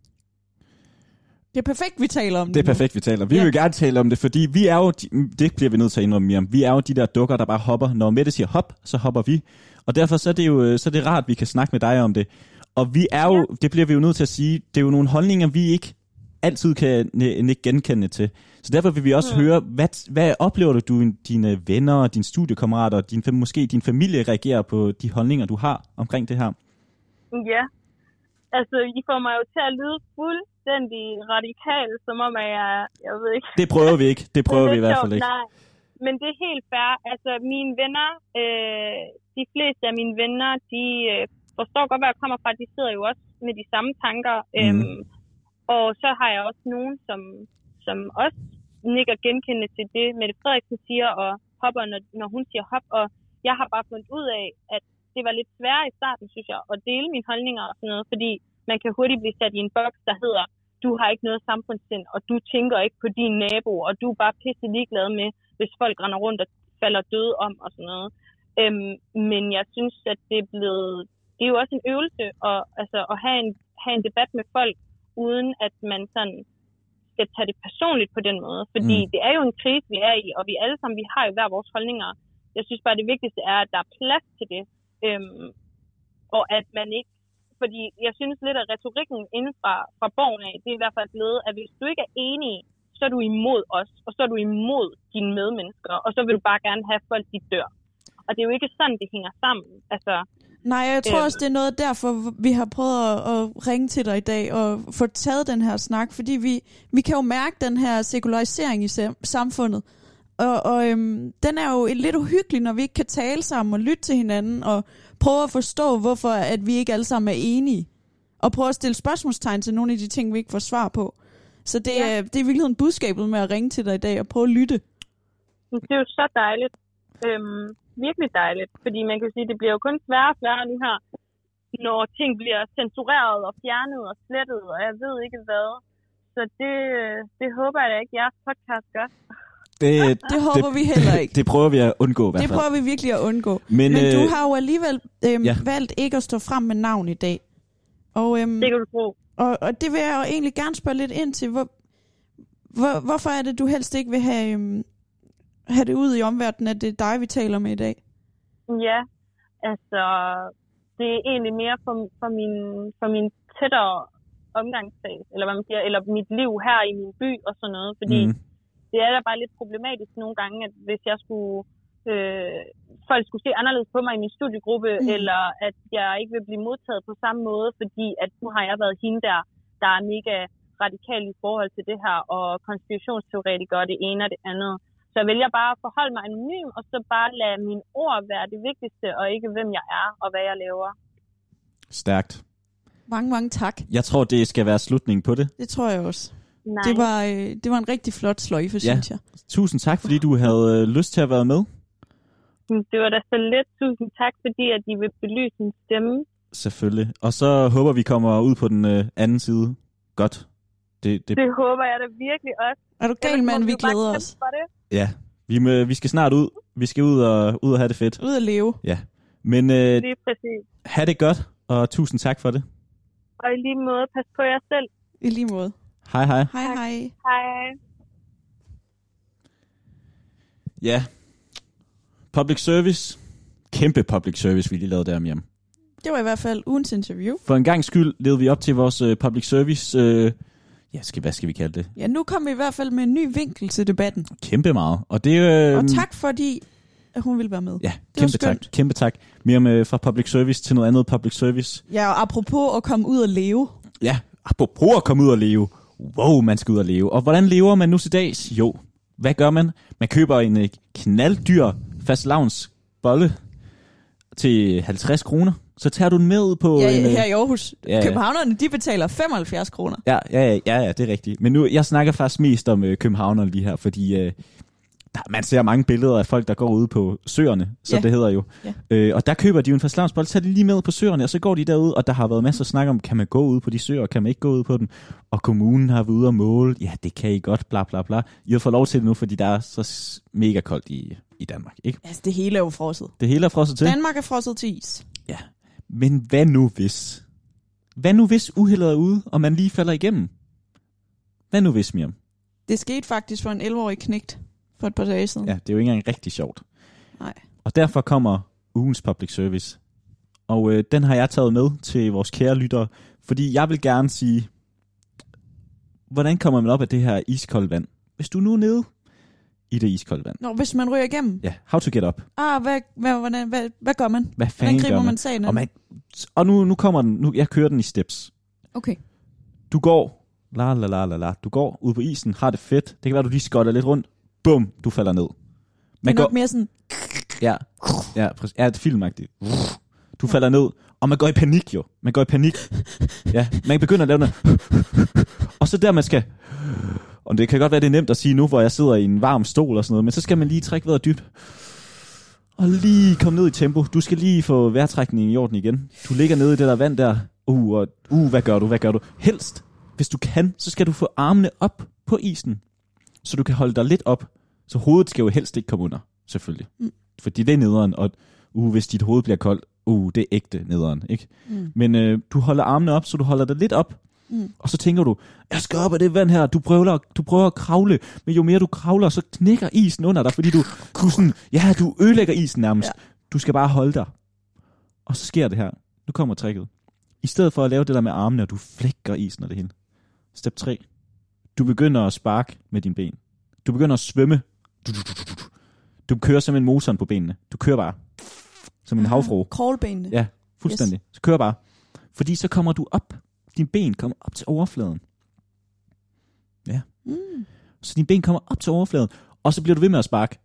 Det er perfekt, vi taler om det. Det er perfekt, vi taler om. Vi vil gerne tale om det, fordi vi er jo, det bliver vi nødt til at indrømme, Miriam. Vi er jo de der dukker, der bare hopper. Når Mette siger hop, så hopper vi. Og derfor så er det jo så er det rart, at vi kan snakke med dig om det. Og vi er jo, det bliver vi jo nødt til at sige, det er jo nogle holdninger, vi ikke altid kan ikke genkende til. Så derfor vil vi også høre, hvad oplever du, dine venner, dine studiekammerater, måske din familie reagerer på de holdninger, du har omkring det her? Ja, altså I får mig jo til at lyde fuldstændig radikal, som om jeg ved ikke. Det prøver vi ikke, det prøver vi i hvert fald ikke. Nej, men det er helt fair. Altså mine venner, de fleste af mine venner, de forstår godt, hvad jeg kommer fra. De sidder jo også med de samme tanker. Og så har jeg også nogen, som også nikker genkendende til det, Mette Frederiksen siger, og hopper, når hun siger hop. Og jeg har bare fundet ud af, at det var lidt sværere i starten, synes jeg, at dele mine holdninger og sådan noget, fordi man kan hurtigt blive sat i en boks, der hedder, du har ikke noget samfundssind, og du tænker ikke på din nabo, og du er bare pisse ligeglad med, hvis folk render rundt og falder døde om og sådan noget. Men jeg synes, at det er jo også en øvelse at have en debat med folk, uden at man sådan skal tage det personligt på den måde. Fordi det er jo en krise, vi er i, og vi alle sammen, vi har jo hver vores holdninger. Jeg synes bare, det vigtigste er, at der er plads til det. Og at man ikke... Fordi jeg synes lidt, at retorikken inden fra borgen af, det er i hvert fald blevet, at hvis du ikke er enig, så er du imod os, og så er du imod dine medmennesker, og så vil du bare gerne have folk, de dør. Og det er jo ikke sådan, det hænger sammen. Altså... Nej, jeg tror også, det er noget derfor, vi har prøvet at ringe til dig i dag og få taget den her snak, fordi vi kan jo mærke den her sekularisering i samfundet, og den er jo lidt uhyggelig, når vi ikke kan tale sammen og lytte til hinanden og prøve at forstå, hvorfor at vi ikke alle sammen er enige, og prøve at stille spørgsmålstegn til nogle af de ting, vi ikke får svar på. Så det er i virkeligheden budskabet med at ringe til dig i dag og prøve at lytte. Det er jo så dejligt. Virkelig dejligt, fordi man kan sige, at det bliver jo kun sværere og sværere nu her, når ting bliver censureret og fjernet og slettet, og jeg ved ikke hvad. Så det håber jeg da ikke, jeres podcast gør. Det håber vi heller ikke. Det prøver vi at undgå i hvert fald. Det prøver vi virkelig at undgå. Men du har jo alligevel valgt ikke at stå frem med navn i dag. Og, det kan du tro. Og det vil jeg jo egentlig gerne spørge lidt ind til. Hvorfor er det, du helst ikke vil have det ud i omverdenen, at det er dig, vi taler med i dag? Ja, altså, det er egentlig mere for min tættere omgangskreds, eller hvad man siger, eller mit liv her i min by og sådan noget, fordi det er da bare lidt problematisk nogle gange, at hvis jeg skulle, folk skulle se anderledes på mig i min studiegruppe, eller at jeg ikke vil blive modtaget på samme måde, fordi at nu har jeg været hende der er mega radikal i forhold til det her, og konspirationsteoretiker og det ene og det andet. Så jeg vælger bare at forholde mig anonym, og så bare lade mine ord være det vigtigste, og ikke hvem jeg er, og hvad jeg laver. Stærkt. Mange tak. Jeg tror, det skal være slutningen på det. Det tror jeg også. Nice. Det var en rigtig flot sløjfe, synes jeg. Tusind tak, fordi du havde lyst til at være med. Det var da så lidt. Tusind tak, fordi at I vil belyse min stemme. Selvfølgelig. Og så håber vi kommer ud på den anden side. Godt. Det håber jeg da virkelig også. Er du gal, mand? Vi glæder os. Ja, vi skal snart ud. Vi skal ud og have det fedt. Ud og leve. Ja. Men lige præcis. Ha' det godt, og tusind tak for det. Og i lige måde, pas på jer selv. I lige måde. Hej. Hej. Ja. Public service. Kæmpe public service, vi lige lavede der, Miriam. Det var i hvert fald ugens interview. For en gang skyld levede vi op til vores public service. Hvad skal vi kalde det? Ja, nu kommer vi i hvert fald med en ny vinkel til debatten. Kæmpe meget. Og det og tak fordi at hun ville være med. Ja, kæmpe tak. Miriam, fra public service til noget andet public service. Ja, og apropos at komme ud og leve. Ja, apropos at komme ud og leve. Wow, man skal ud og leve. Og hvordan lever man nu til dags? Jo, hvad gør man? Man køber en knalddyr fastelavnsbolle til 50 kroner. Så tager du den med ud på... Ja, her i Aarhus. Ja. Københavnerne, de betaler 75 kroner. Ja, det er rigtigt. Men nu, jeg snakker faktisk mest om københavnerne lige her, fordi man ser mange billeder af folk, der går ude på søerne, som det hedder jo. Ja. Og der køber de jo en fastelavnsbolle, tager de lige med på søerne, og så går de derud, og der har været masser af snak om, kan man gå ud på de søer, kan man ikke gå ud på dem? Og kommunen har været ude og måle, ja, det kan I godt, bla bla bla. I har fået lov til det nu, fordi der er så mega koldt i Danmark, ikke? Altså, det hele er jo frosset. Det hele er frosset til. Danmark er frosset til is. Ja, men hvad nu hvis? Hvad nu hvis uheldet er ude, og man lige falder igennem? Hvad nu hvis, Miriam? Det skete faktisk for en 11-årig knægt for et par dage siden. Ja, det er jo ikke engang rigtig sjovt. Nej. Og derfor kommer ugens public service. Og den har jeg taget med til vores kære lyttere, fordi jeg vil gerne sige, hvordan kommer man op af det her iskolde vand? Hvis du nu er nede i det iskolde vand. Nå, hvis man ryger igennem? Ja, how to get up. Hvad gør man? Hvad fanden griber gør man sagen? Og nu kommer den, jeg kører den i steps. Okay. Du går, du går ud på isen, har det fedt. Det kan være, du lige skotter lidt rundt. Bum, du falder ned. Man går mere sådan... Ja, præcis. Ja, det er filmagtigt. Du falder ned, og man går i panik jo. Man går i panik. Ja, man begynder at lave noget. Og så der man skal... Og det kan godt være, det er nemt at sige nu, hvor jeg sidder i en varm stol og sådan noget, men så skal man lige trække vejret dybt. Og lige komme ned i tempo. Du skal lige få vejrtrækningen i orden igen. Du ligger nede i det der vand der. Hvad gør du? Helst, hvis du kan, så skal du få armene op på isen, så du kan holde dig lidt op. Så hovedet skal jo helst ikke komme under, selvfølgelig. Fordi det er nederen, og hvis dit hoved bliver koldt, det er ægte nederen, ikke? Men du holder armene op, så du holder dig lidt op, og så tænker du, jeg skal op af det vand her, du prøver at kravle, men jo mere du kravler, så knækker isen under dig, fordi du ødelægger isen nærmest. Ja. Du skal bare holde dig. Og så sker det her. Nu kommer tricket. I stedet for at lave det der med armene, og du flækker isen og det hele. Step 3. Du begynder at sparke med dine ben. Du begynder at svømme. Du kører simpelthen motoren på benene. Du kører bare. Som en havfrue. Crawlbenene. Ja, fuldstændig. Yes. Så kører bare. Fordi så kommer du op. Dine ben kommer op til overfladen. Ja. Så dine ben kommer op til overfladen. Og så bliver du ved med at sparke.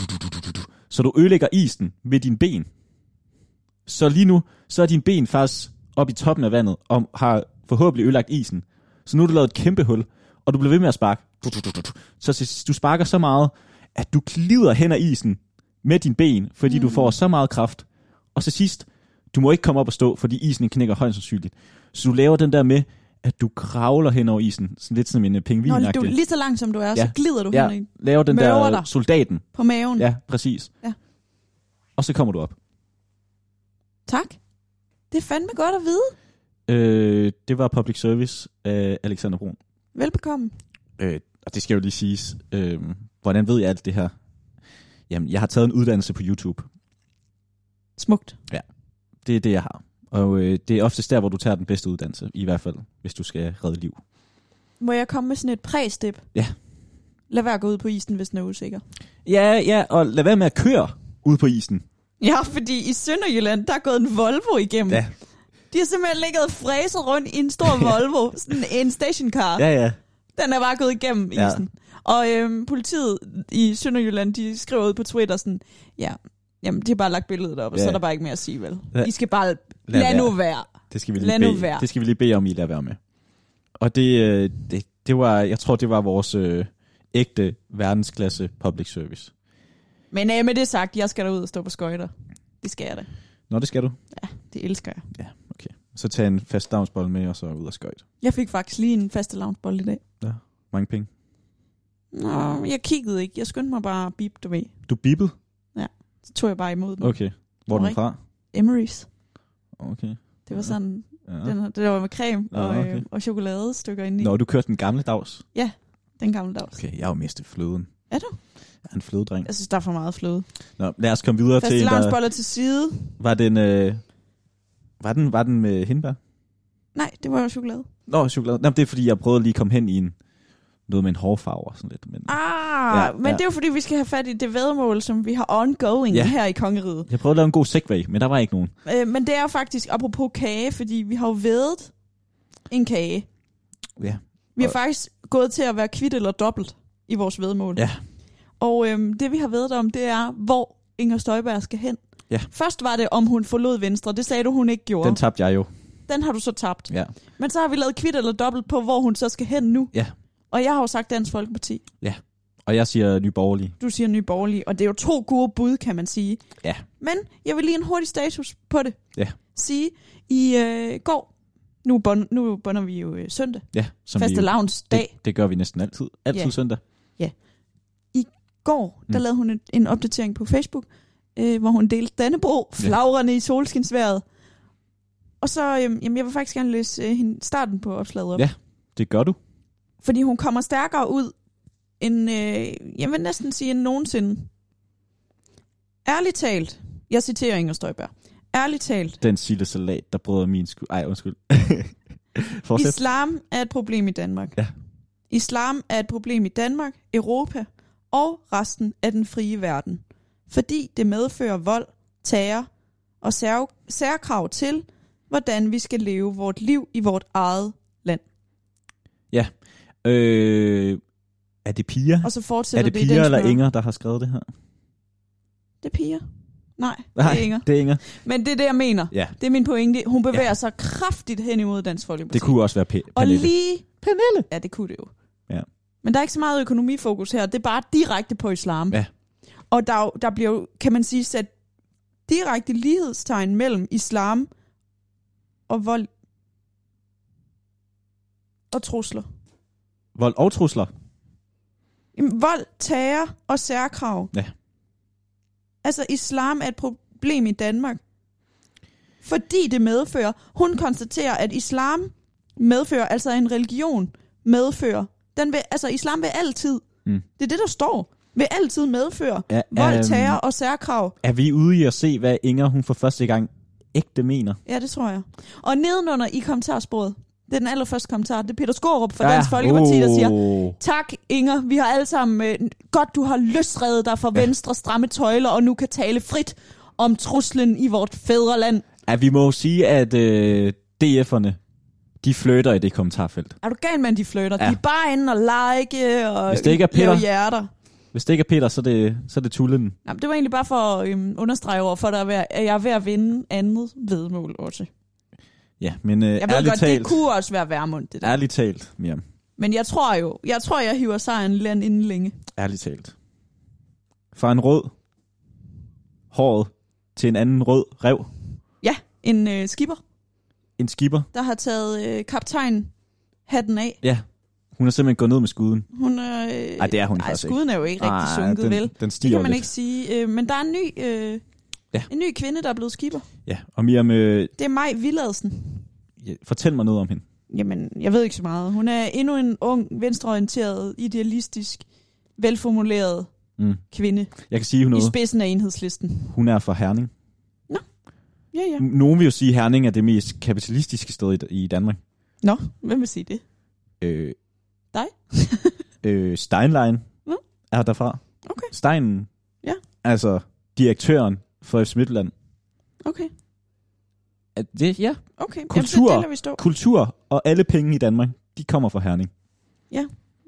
Så du ødelægger isen ved dine ben. Så lige nu, så er dine ben faktisk op i toppen af vandet, og har forhåbentlig ødelagt isen. Så nu har du lavet et kæmpe hul, og du bliver ved med at sparke. Så du sparker så meget, at du glider hen ad isen med dine ben, fordi du får så meget kraft. Og så sidst, du må ikke komme op og stå, fordi isen knækker højst sandsynligt. Så du laver den der med, at du kravler hen over isen, sådan lidt som en pingvinagtig. Lige så langt som du er, så glider du hen i. Laver den der soldaten. På maven. Ja, præcis. Ja. Og så kommer du op. Tak. Det er fandme godt at vide. Det var public service af Alexander Brun. Velbekomme. Og det skal jo lige siges. Hvordan ved jeg alt det her? Jamen, jeg har taget en uddannelse på YouTube. Smukt. Ja, det er det, jeg har. Og det er oftest der, hvor du tager den bedste uddannelse, i hvert fald, hvis du skal redde liv. Må jeg komme med sådan et præstip? Ja. Lad være at gå ud på isen, hvis den er usikker. Ja, og lad være med at køre ud på isen. Ja, fordi i Sønderjylland, der er gået en Volvo igennem. Ja. De har simpelthen ligget og fræset rundt i en stor Volvo, sådan en stationcar. Ja. Den er bare gået igennem isen. Og politiet i Sønderjylland, de skriver ud på Twitter sådan, jamen, de har bare lagt billedet op, og så er der bare ikke mere at sige, vel? I skal bare lad nu være. Det skal vi lige bede om, I lader være med. Og det var, jeg tror, det var vores ægte verdensklasse public service. Men med det sagt, jeg skal da ud og stå på skøjter. Det skal jeg da. Nå, det skal du? Ja, det elsker jeg. Ja, okay. Så tag en fast lavnsbold med, og så ud og skøjte. Jeg fik faktisk lige en fast lavnsbold i dag. Ja, mange penge. Nå, jeg kiggede ikke. Jeg skyndte mig bare at bip, du ved. Du bippede? Ja, så tog jeg bare imod den. Okay. Hvor er den fra? Emery's. Okay. Det var sådan, det var med creme og chokoladestykker inde i. Nå, du kørte den gamle dags? Ja, den gamle dags. Okay, jeg har jo mistet fløden. Er du? Jeg er en flødedreng. Jeg synes, der er for meget fløde. Nå, lad os komme videre til... Fastelavnsboller til side. Var den med hindbær? Nej, det var jo chokolade. Nå, chokolade. Nå, det er fordi, jeg prøvede lige at komme hen i noget med en hårfarve og sådan lidt. Men, men det er jo fordi, vi skal have fat i det væddemål, som vi har ongoing her i Kongeriget. Jeg prøvede at lave en god segway, men der var ikke nogen. Men det er jo faktisk, apropos kage, fordi vi har jo væddet en kage. Ja. Vi har faktisk gået til at være kvit eller dobbelt i vores væddemål. Ja. Og det vi har væddet om, det er, hvor Inger Støjberg skal hen. Ja. Først var det, om hun forlod Venstre. Det sagde du, hun ikke gjorde. Den tabte jeg jo. Den har du så tabt. Ja. Men så har vi lavet kvit eller dobbelt på, hvor hun så skal hen nu. Ja. Og jeg har jo sagt Dansk Folkeparti. Ja. Og jeg siger Nye Borgerlige. Du siger Nye Borgerlige, og det er jo 2 gode bud, kan man sige. Ja. Men jeg vil lige en hurtig status på det. Ja. Sige, i går, nu bunder vi jo søndag. Ja. Fastelavnsdag. Det gør vi næsten altid. Altid søndag. Ja. I går, der lavede hun en opdatering på Facebook, hvor hun delte Dannebrog, flagrende i solskinsværet. Og så, jeg vil faktisk gerne læse starten på opslaget op. Ja, det gør du. Fordi hun kommer stærkere ud, end, jeg vil næsten sige, end nogensinde. Ærligt talt, jeg citerer Inger Støjberg. Ærligt talt. Den sildesalat, der bryder min undskyld. Islam er et problem i Danmark. Ja. Islam er et problem i Danmark, Europa og resten af den frie verden. Fordi det medfører vold, terror og særkrav til, hvordan vi skal leve vort liv i vort eget land. Ja. Er det Pia? Og så fortsætter det Pia eller Inger, der har skrevet det her? Det er Pia. Nej, det er Inger. Det er Inger. Men det er det, jeg mener. Ja. Det er min pointe. Hun bevæger sig kraftigt hen imod Dansk Folkeparti. Det kunne også være Pernille. Og lige... Pernille? Ja, det kunne det jo. Ja. Men der er ikke så meget økonomifokus her. Det er bare direkte på islam. Ja. Og der bliver jo, kan man sige, sat direkte lighedstegn mellem islam og vold og trusler. Vold og trusler? Jamen, vold, terror og særkrav. Ja. Altså, islam er et problem i Danmark. Fordi det medfører... Hun konstaterer, at islam medfører, altså en religion medfører... islam vil altid... Det er det, der står. Vil altid medføre vold, terror og særkrav. Er vi ude i at se, hvad Inger hun for første gang ægte mener? Ja, det tror jeg. Og nedenunder i kommentarsporet, det er den allerførste kommentar, det er Peter Skårup fra Dansk Folkeparti, der siger, tak Inger, vi har alle sammen, godt du har løsredet dig fra venstre stramme tøjler, og nu kan tale frit om truslen i vort fædreland. Ja, vi må sige, at DF'erne, de flytter i det kommentarfelt. Er du gal med, de flytter? Ja. De er bare inde og like og lave hjerter. Hvis det ikke er Peter, så er det tullen. Jamen, det var egentlig bare for at understrege over, for at jeg er ved at vinde andet vedmål også. Ja, men jeg ved godt, talt, det kunne også være Værmund, det der. Ærligt talt, Miriam. Men jeg tror, jeg hiver sejren land inden længe. Ærligt talt. Fra en rød håret til en anden rød rev. Ja, en skipper. En skipper. Der har taget kaptajn-hatten af. Ja, hun er simpelthen gået ned med skuden. Hun er... Nej, det er hun faktisk skuden er jo ikke rigtig sunket, vel? Den stiger det kan man lidt. ikke sige. Men der er en ny kvinde, der er blevet skipper. Ja, og Miriam... det er Maj Villadsen. Ja, fortæl mig noget om hende. Jamen, jeg ved ikke så meget. Hun er endnu en ung, venstreorienteret, idealistisk, velformuleret kvinde. Jeg kan sige noget. I spidsen af Enhedslisten. Hun er fra Herning. Nå, ja. Nogen vil jo sige, at Herning er det mest kapitalistiske sted i Danmark. Nå, hvem vil sige det? Dig? Steinlein er derfra. Okay. Steinen. Ja. Altså direktøren for FC Midtjylland. Okay. Ja. Okay. Kultur og alle penge i Danmark, de kommer fra Herning. Ja.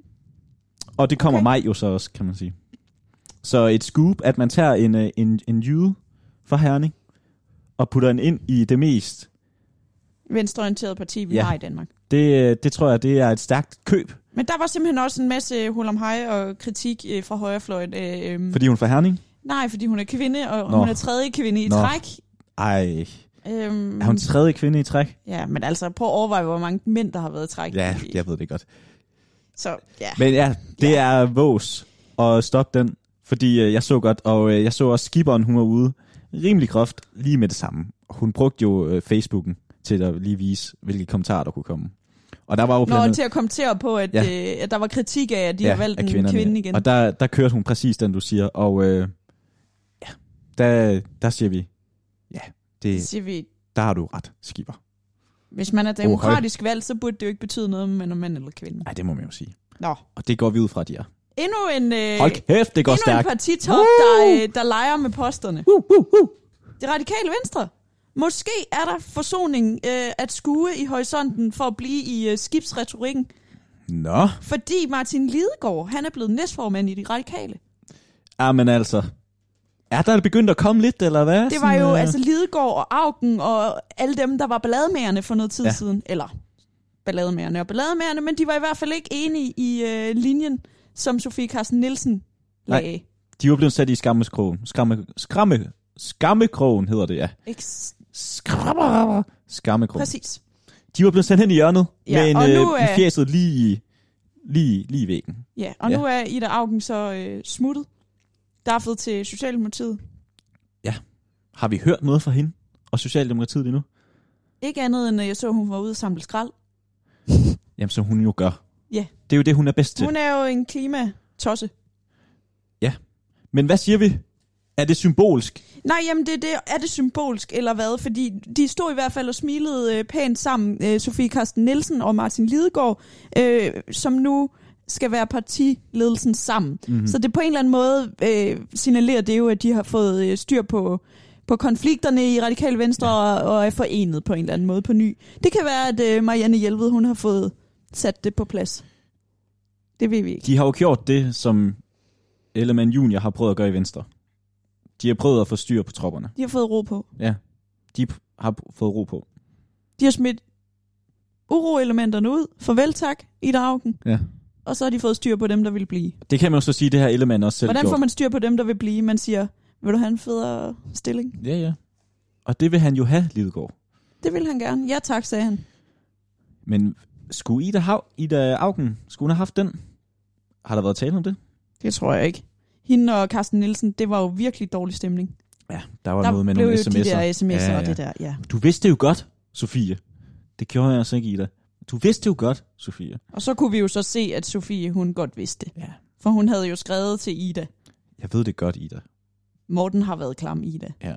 Og det kommer mig jo så også, kan man sige. Så et scoop, at man tager en jyde fra Herning og putter den ind i det mest venstreorienterede parti, vi har i Danmark. Det tror jeg, det er et stærkt køb. Men der var simpelthen også en masse hurlumhej og kritik fra højrefløjen. Fordi hun er fra Herning? Nej, fordi hun er kvinde, og hun er tredje kvinde i træk. Ej. Er hun tredje kvinde i træk? Ja, men altså prøv at overveje, hvor mange mænd, der har været i træk. Ja, jeg ved det godt. Så, ja. Men ja, det er vås at stoppe den, fordi jeg så godt, og jeg så også skipperen, hun var ude rimelig groft lige med det samme. Hun brugte jo Facebooken til at lige vise, hvilke kommentarer der kunne komme. Og der var jo til at kommentere på, at der var kritik af, at de har valgt en kvinde igen. Og der kørte hun præcis den, du siger. Og der siger vi, der har du ret, skipper. Hvis man er demokratisk valgt, så burde det jo ikke betyde noget, om man er mand eller kvinde. Nej, det må man jo sige. Nå. Og det går vi ud fra, de er. Endnu en hold kæft, det går stærkt. Endnu en partitop, der leger med posterne. Det radikale venstre. Måske er der forsoning at skue i horisonten for at blive i skibsretorikken. Nå. Fordi Martin Lidegaard, han er blevet næstformand i de radikale. Men altså, er der begyndt at komme lidt, eller hvad? Det var jo altså Lidegaard og Auken og alle dem, der var ballademagerne for noget tid siden. Eller ballademagerne, men de var i hvert fald ikke enige i linjen, som Sofie Carsten Nielsen lagde. Nej, de var blevet sat i skammekrogen. Skammekrogen hedder det, ja. Skammekrogen. Præcis. De var blevet sendt hen i hjørnet med en fjæset lige i væggen. Ja, og nu er Ida Auken så smuttet. Daffet til Socialdemokratiet. Ja. Har vi hørt noget fra hende og Socialdemokratiet endnu? Ikke andet end jeg så, hun var ude og samle skrald. Jamen, som hun jo gør. Ja. Det er jo det, hun er bedst til. Hun er jo en klimatosse. Ja. Men hvad siger vi? Er det symbolsk? Nej, jamen er det symbolsk, eller hvad? Fordi de stod i hvert fald og smilede pænt sammen, Sofie Carsten Nielsen og Martin Lidegaard, som nu skal være partiledelsen sammen. Mm-hmm. Så det på en eller anden måde signalerer det jo, at de har fået styr på konflikterne i Radikale Venstre og er forenet på en eller anden måde på ny. Det kan være, at Marianne Jelved, hun har fået sat det på plads. Det ved vi ikke. De har jo gjort det, som Ellemann Junior har prøvet at gøre i Venstre. De har prøvet at få styr på tropperne. De har fået ro på. Ja, de har fået ro på. De har smidt uroelementerne ud. Farvel tak, Ida Auken. Ja. Og så har de fået styr på dem, der vil blive. Det kan man jo så sige, det her Ellemann også selv Hvordan gjort. får man styr på dem, der vil blive? Man siger, vil du have en federe stilling? Ja. Og det vil han jo have, Lidegaard. Det vil han gerne. Ja tak, sagde han. Men skulle Ida Auken, skulle hun have haft den? Har der været tale om det? Det tror jeg ikke. Hende og Carsten Nielsen, det var jo virkelig dårlig stemning. Ja, der var noget med nogle sms'er. Der blev jo de der sms'er og det der, ja. Du vidste jo godt, Sofie. Det gjorde jeg altså ikke, Ida. Du vidste jo godt, Sofie. Og så kunne vi jo så se, at Sofie, hun godt vidste. Ja. For hun havde jo skrevet til Ida. Jeg ved det godt, Ida. Morten har været klam, Ida. Ja.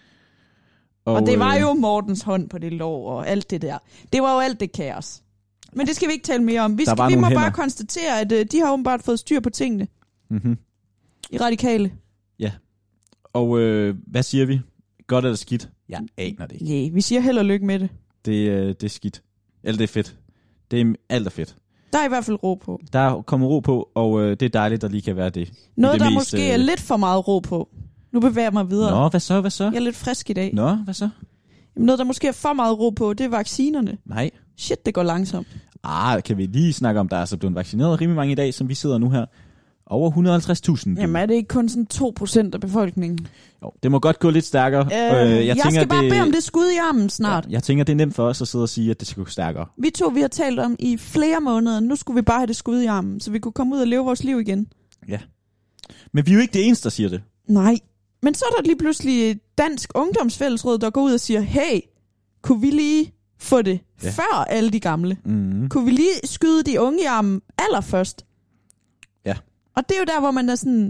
Og det var jo Mortens hånd på det lov og alt det der. Det var jo alt det kaos. Men det skal vi ikke tale mere om. Vi må bare konstatere, at de har åbenbart fået styr på tingene. Mm-hmm. I Radikale. Ja. Og hvad siger vi? Godt eller skidt? Jeg aner det ikke. Nej, vi siger held og lykke med det. Det er skidt. Eller det er fedt. Alt er fedt. Der er i hvert fald ro på. Der er kommet ro på, og det er dejligt, der lige kan være det. Noget, det der mest, måske er lidt for meget ro på. Nu bevæger jeg mig videre. Nå, hvad så? Jeg er lidt frisk i dag. Nå, hvad så? Jamen, noget, der måske er for meget ro på, det er vaccinerne. Nej. Shit, det går langsomt. Kan vi lige snakke om, der er så blevet vaccineret rimelig mange i dag, som vi sidder nu her. Over 150.000. Jamen, er det ikke kun sådan 2% af befolkningen? Jo, det må godt gå lidt stærkere. Jeg skal bare bede om det skud i armen snart. Ja, jeg tænker, det er nemt for os at sidde og sige, at det skal gå stærkere. Vi har talt om i flere måneder. Nu skulle vi bare have det skud i armen, så vi kunne komme ud og leve vores liv igen. Ja. Men vi er jo ikke det eneste, der siger det. Nej. Men så er der lige pludselig et dansk ungdomsfællesråd, der går ud og siger, hey, kunne vi lige få det før alle de gamle? Mm-hmm. Kunne vi lige skyde de unge i armen allerførst? Ja. Og det er jo der, hvor man er sådan,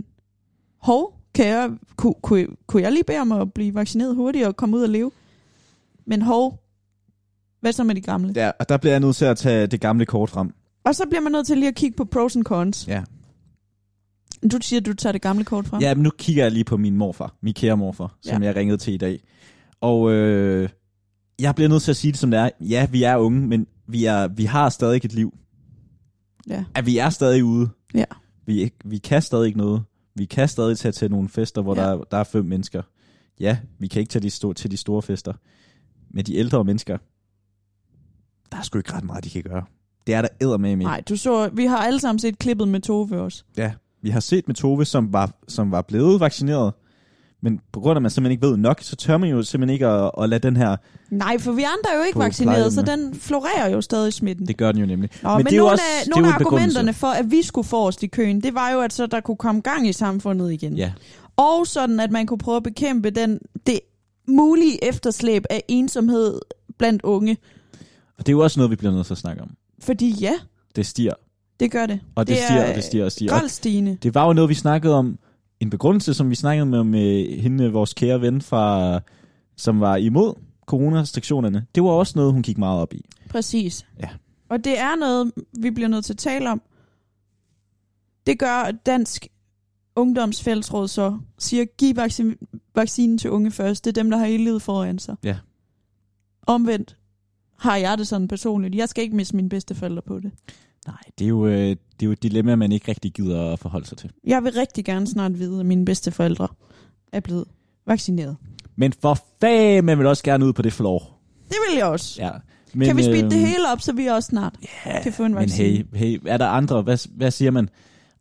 kunne jeg lige bede om at blive vaccineret hurtigt og komme ud og leve? Men hvad så med de gamle? Ja, og der bliver jeg nødt til at tage det gamle kort frem. Og så bliver man nødt til lige at kigge på pros and cons. Ja. Du siger, at du tager det gamle kort frem? Ja, men nu kigger jeg lige på min kære morfar, som jeg ringede til i dag. Og jeg bliver nødt til at sige det, som det er. Ja, vi er unge, men vi har stadig et liv. Ja. At vi er stadig ude. Ja. Vi kan stadig ikke noget. Vi kan stadig tage til nogle fester, hvor der er 5 mennesker. Ja, vi kan ikke tage til de store fester. Men de ældre mennesker, der er sgu ikke ret meget, de kan gøre. Det er der eddermame med. Nej, vi har alle sammen set klippet med Tove også. Ja, vi har set med Tove, som var blevet vaccineret. Men på grund af, at man simpelthen ikke ved nok, så tør man jo simpelthen ikke at lade den her... Nej, for vi andre er jo ikke vaccineret, så den florerer jo stadig smitten. Det gør den jo nemlig. Men det er nogle af argumenterne for, at vi skulle forrest i køen, det var jo, at så der kunne komme gang i samfundet igen. Ja. Og sådan, at man kunne prøve at bekæmpe det mulige efterslæb af ensomhed blandt unge. Og det er jo også noget, vi bliver nødt til at snakke om. Fordi det stiger. Det gør det. Og det stiger, og det stiger, og stiger. Goldstigende. Det var jo noget, vi snakkede om. En begrundelse, som vi snakkede med hende, vores kære ven, som var imod coronarestriktionerne. Det var også noget, hun gik meget op i. Præcis. Ja. Og det er noget, vi bliver nødt til at tale om. Det gør, at Dansk Ungdomsfællesråd så siger, giv vaccinen til unge først. Det er dem, der har hele livet foran sig. Ja. Omvendt har jeg det sådan personligt. Jeg skal ikke miste mine bedsteforældre på det. Nej, det er jo et dilemma, man ikke rigtig gider at forholde sig til. Jeg vil rigtig gerne snart vide, at mine bedsteforældre er blevet vaccineret. Men for fanden, man vil også gerne ud på det floor. Det vil jeg også. Ja. Men, kan vi speede det hele op, så vi også snart kan få en vaccine? Men hey, er der andre? Hvad siger man?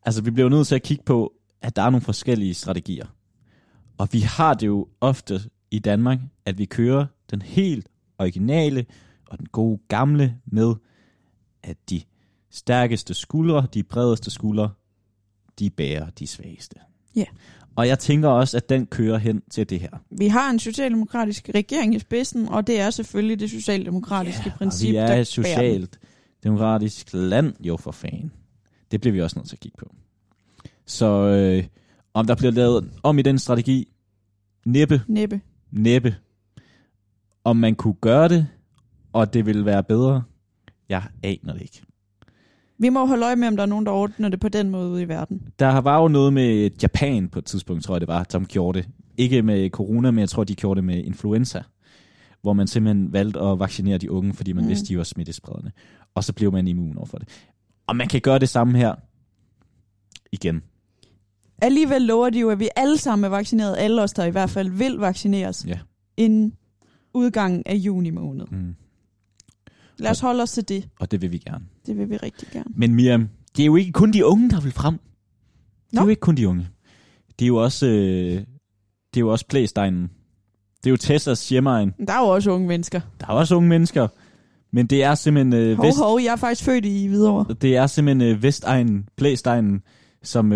Altså, vi bliver nødt til at kigge på, at der er nogle forskellige strategier. Og vi har det jo ofte i Danmark, at vi kører den helt originale og den gode gamle med, at de stærkeste skuldre, de bredeste skuldre, de bærer de svageste. Ja. Og jeg tænker også, at den kører hen til det her. Vi har en socialdemokratisk regering i spidsen, og det er selvfølgelig det socialdemokratiske princip, der der vi er et socialt demokratisk land, jo for fanden. Det bliver vi også nødt til at kigge på. Så om der bliver lavet om i den strategi, næppe. Om man kunne gøre det, og det ville være bedre, jeg aner det ikke. Vi må holde øje med, om der er nogen, der ordner det på den måde ude i verden. Der var jo noget med Japan på et tidspunkt, tror jeg det var, som gjorde det. Ikke med corona, men jeg tror, de gjorde det med influenza. Hvor man simpelthen valgte at vaccinere de unge, fordi man vidste, de var smittespredende. Og så blev man immun over for det. Og man kan gøre det samme her igen. Alligevel lover de jo, at vi alle sammen er vaccineret. Alle os, der i hvert fald vil vaccineres. Ja. Inden udgangen af juni måned. Lad os holde os til det. Og det vil vi gerne. Det vil vi rigtig gerne. Men Miriam, det er jo ikke kun de unge, der vil frem. Det er jo ikke kun de unge. Det er jo også Plæsteinen. Det er jo Tessas hjemmeegn. Der er jo også unge mennesker. Der er også unge mennesker. Men det er simpelthen... jeg er faktisk født i Hvidovre. Det er simpelthen Vestegnen, Plæsteinen, som...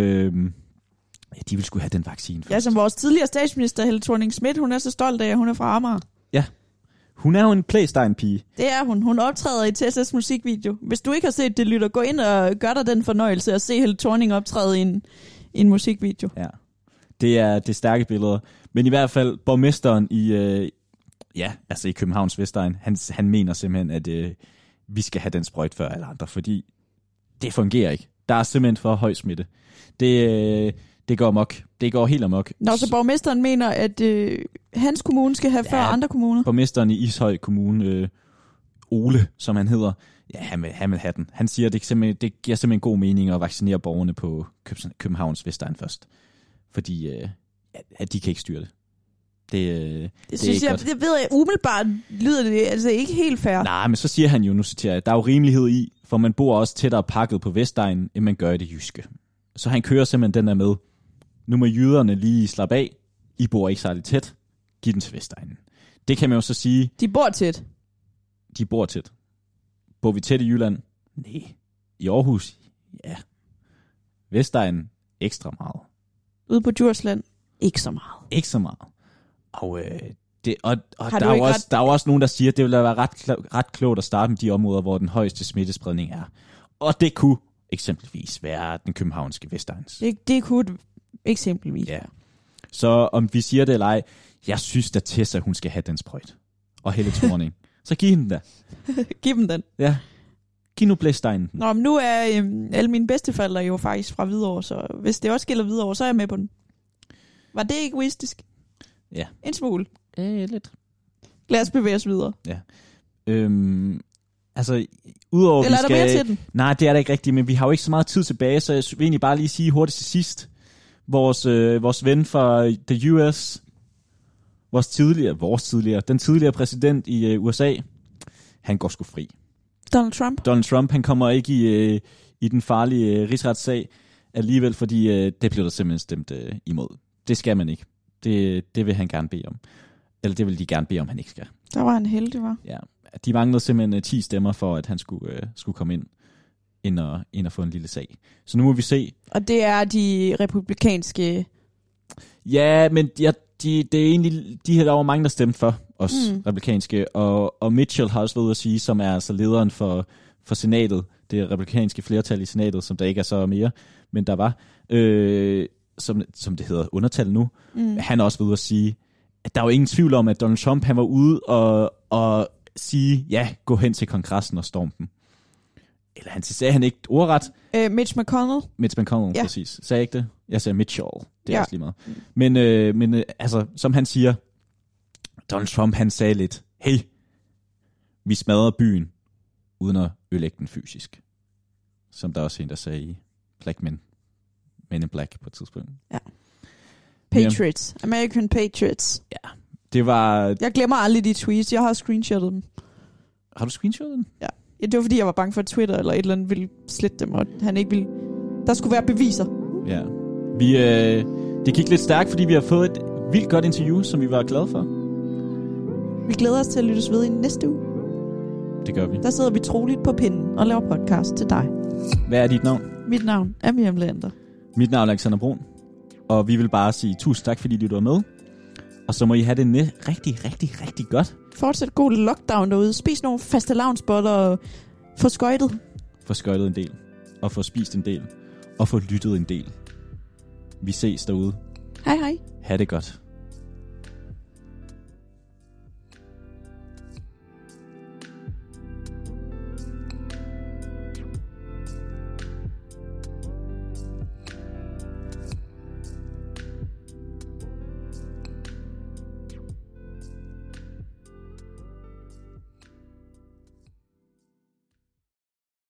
de vil skulle have den vaccine først. Ja, som vores tidligere statsminister, Helle Thorning-Schmidt, hun er så stolt af, at hun er fra Amager. Ja. Hun er jo en Plæstein-pige. Det er hun. Hun optræder i Tessas musikvideo. Hvis du ikke har set det, lytter, gå ind og gør dig den fornøjelse at se Helle Thorning optræde i en musikvideo. Ja. Det er stærke billeder. Men i hvert fald, borgmesteren i Københavns Vestegn, han mener simpelthen, at vi skal have den sprøjt før alle andre, fordi det fungerer ikke. Der er simpelthen for høj smitte. Det går amok. Det går helt amok. Nå, så borgmesteren mener, at hans kommune skal have før andre kommuner? Borgmesteren i Ishøj Kommune, Ole, som han hedder, ja, han vil have den. Han siger, at det giver simpelthen god mening at vaccinere borgerne på Københavns Vestegn først. Fordi at de kan ikke styre det. Det synes jeg, det ved jeg, umiddelbart lyder det altså ikke helt fair. Nej, men så siger han jo, nu citerer jeg, der er jo rimelighed i, for man bor også tættere pakket på Vestegnen, end man gør i det jyske. Så han kører simpelthen den der med, nu må jyderne lige slappe af, I bor ikke særlig tæt, giv den til Vestegnen. Det kan man jo så sige. De bor tæt. De bor tæt. Bor vi tæt i Jylland? Nej. I Aarhus? Ja. Vestegnen? Ekstra meget. Ude på Djursland? Ikke så meget. Ikke så meget. Og der er jo også nogen, der siger, at det ville være ret klogt at starte med de områder, hvor den højeste smittespredning er. Og det kunne eksempelvis være den københavnske Vestegns. Det kunne eksempelvis. Ja. Så om vi siger det eller ej, jeg synes at Tessa, hun skal have den sprøjt. Og Helle Thorning. Så giv hende da. Giv dem den. Ja. Giv nu Blæsteinen den. Nå, men nu er alle mine bedsteforældre jo faktisk fra Hvidovre, så hvis det også gælder Hvidovre, så er jeg med på den. Var det egoistisk? Ja. En smule. Lidt. Lad os bevæge os videre. Ja. Altså, udover eller er der mere til den? Nej, det er der ikke rigtigt, men vi har jo ikke så meget tid tilbage, så jeg vil egentlig bare lige sige hurtigt til sidst. Vores ven fra the US, den tidligere præsident i USA, han går sgu fri. Donald Trump, han kommer ikke i den farlige rigsretssag alligevel, fordi det bliver der simpelthen stemt imod. Det skal man ikke. Det vil han gerne bede om. Eller det vil de gerne bede om, han ikke skal. Der var han heldig, var. Ja, de manglede simpelthen 10 stemmer for, at han skulle komme ind og få en lille sag. Så nu må vi se. Og det er de republikanske... Ja, men det er egentlig de her, der var mange, der stemte for os republikanske. Og Mitchell har også været ude at sige, som er altså lederen for senatet, det republikanske flertal i senatet, som der ikke er så mere, men der var, som det hedder, undertal nu. Han har også været ude at sige, at der er jo ingen tvivl om, at Donald Trump, han var ude og sige, ja, gå hen til kongressen og storm dem. Eller sagde han ikke ordret? Mitch McConnell, ja. Præcis. Sagde jeg ikke det? Jeg sagde Mitchell. Det er også lige meget. Men altså, som han siger, Donald Trump, han sagde lidt, hey, vi smadrer byen, uden at ødelægge den fysisk. Som der også en, der sagde i Men in Black på et tidspunkt. Ja. Patriots. American Patriots. Ja. Det var... Jeg glemmer aldrig de tweets. Jeg har screenshottet dem. Har du screenshottet dem? Ja. Det var fordi, jeg var bange for, at Twitter eller et eller andet ville slette dem, og han ikke ville... Der skulle være beviser. Ja. Det gik lidt stærkt, fordi vi har fået et vildt godt interview, som vi var glade for. Vi glæder os til at lyttes ved i næste uge. Det gør vi. Der sidder vi troligt på pinden og laver podcast til dig. Hvad er dit navn? Mit navn er Miriam Lander. Mit navn er Alexander Brun. Og vi vil bare sige tusind tak, fordi du var med. Og så må I have det rigtig, rigtig, rigtig godt. Fortsæt god lockdown derude. Spis nogle fastelavnsboller og få skøjtet. Få skøjtet en del. Og få spist en del. Og få lyttet en del. Vi ses derude. Hej hej. Ha' det godt.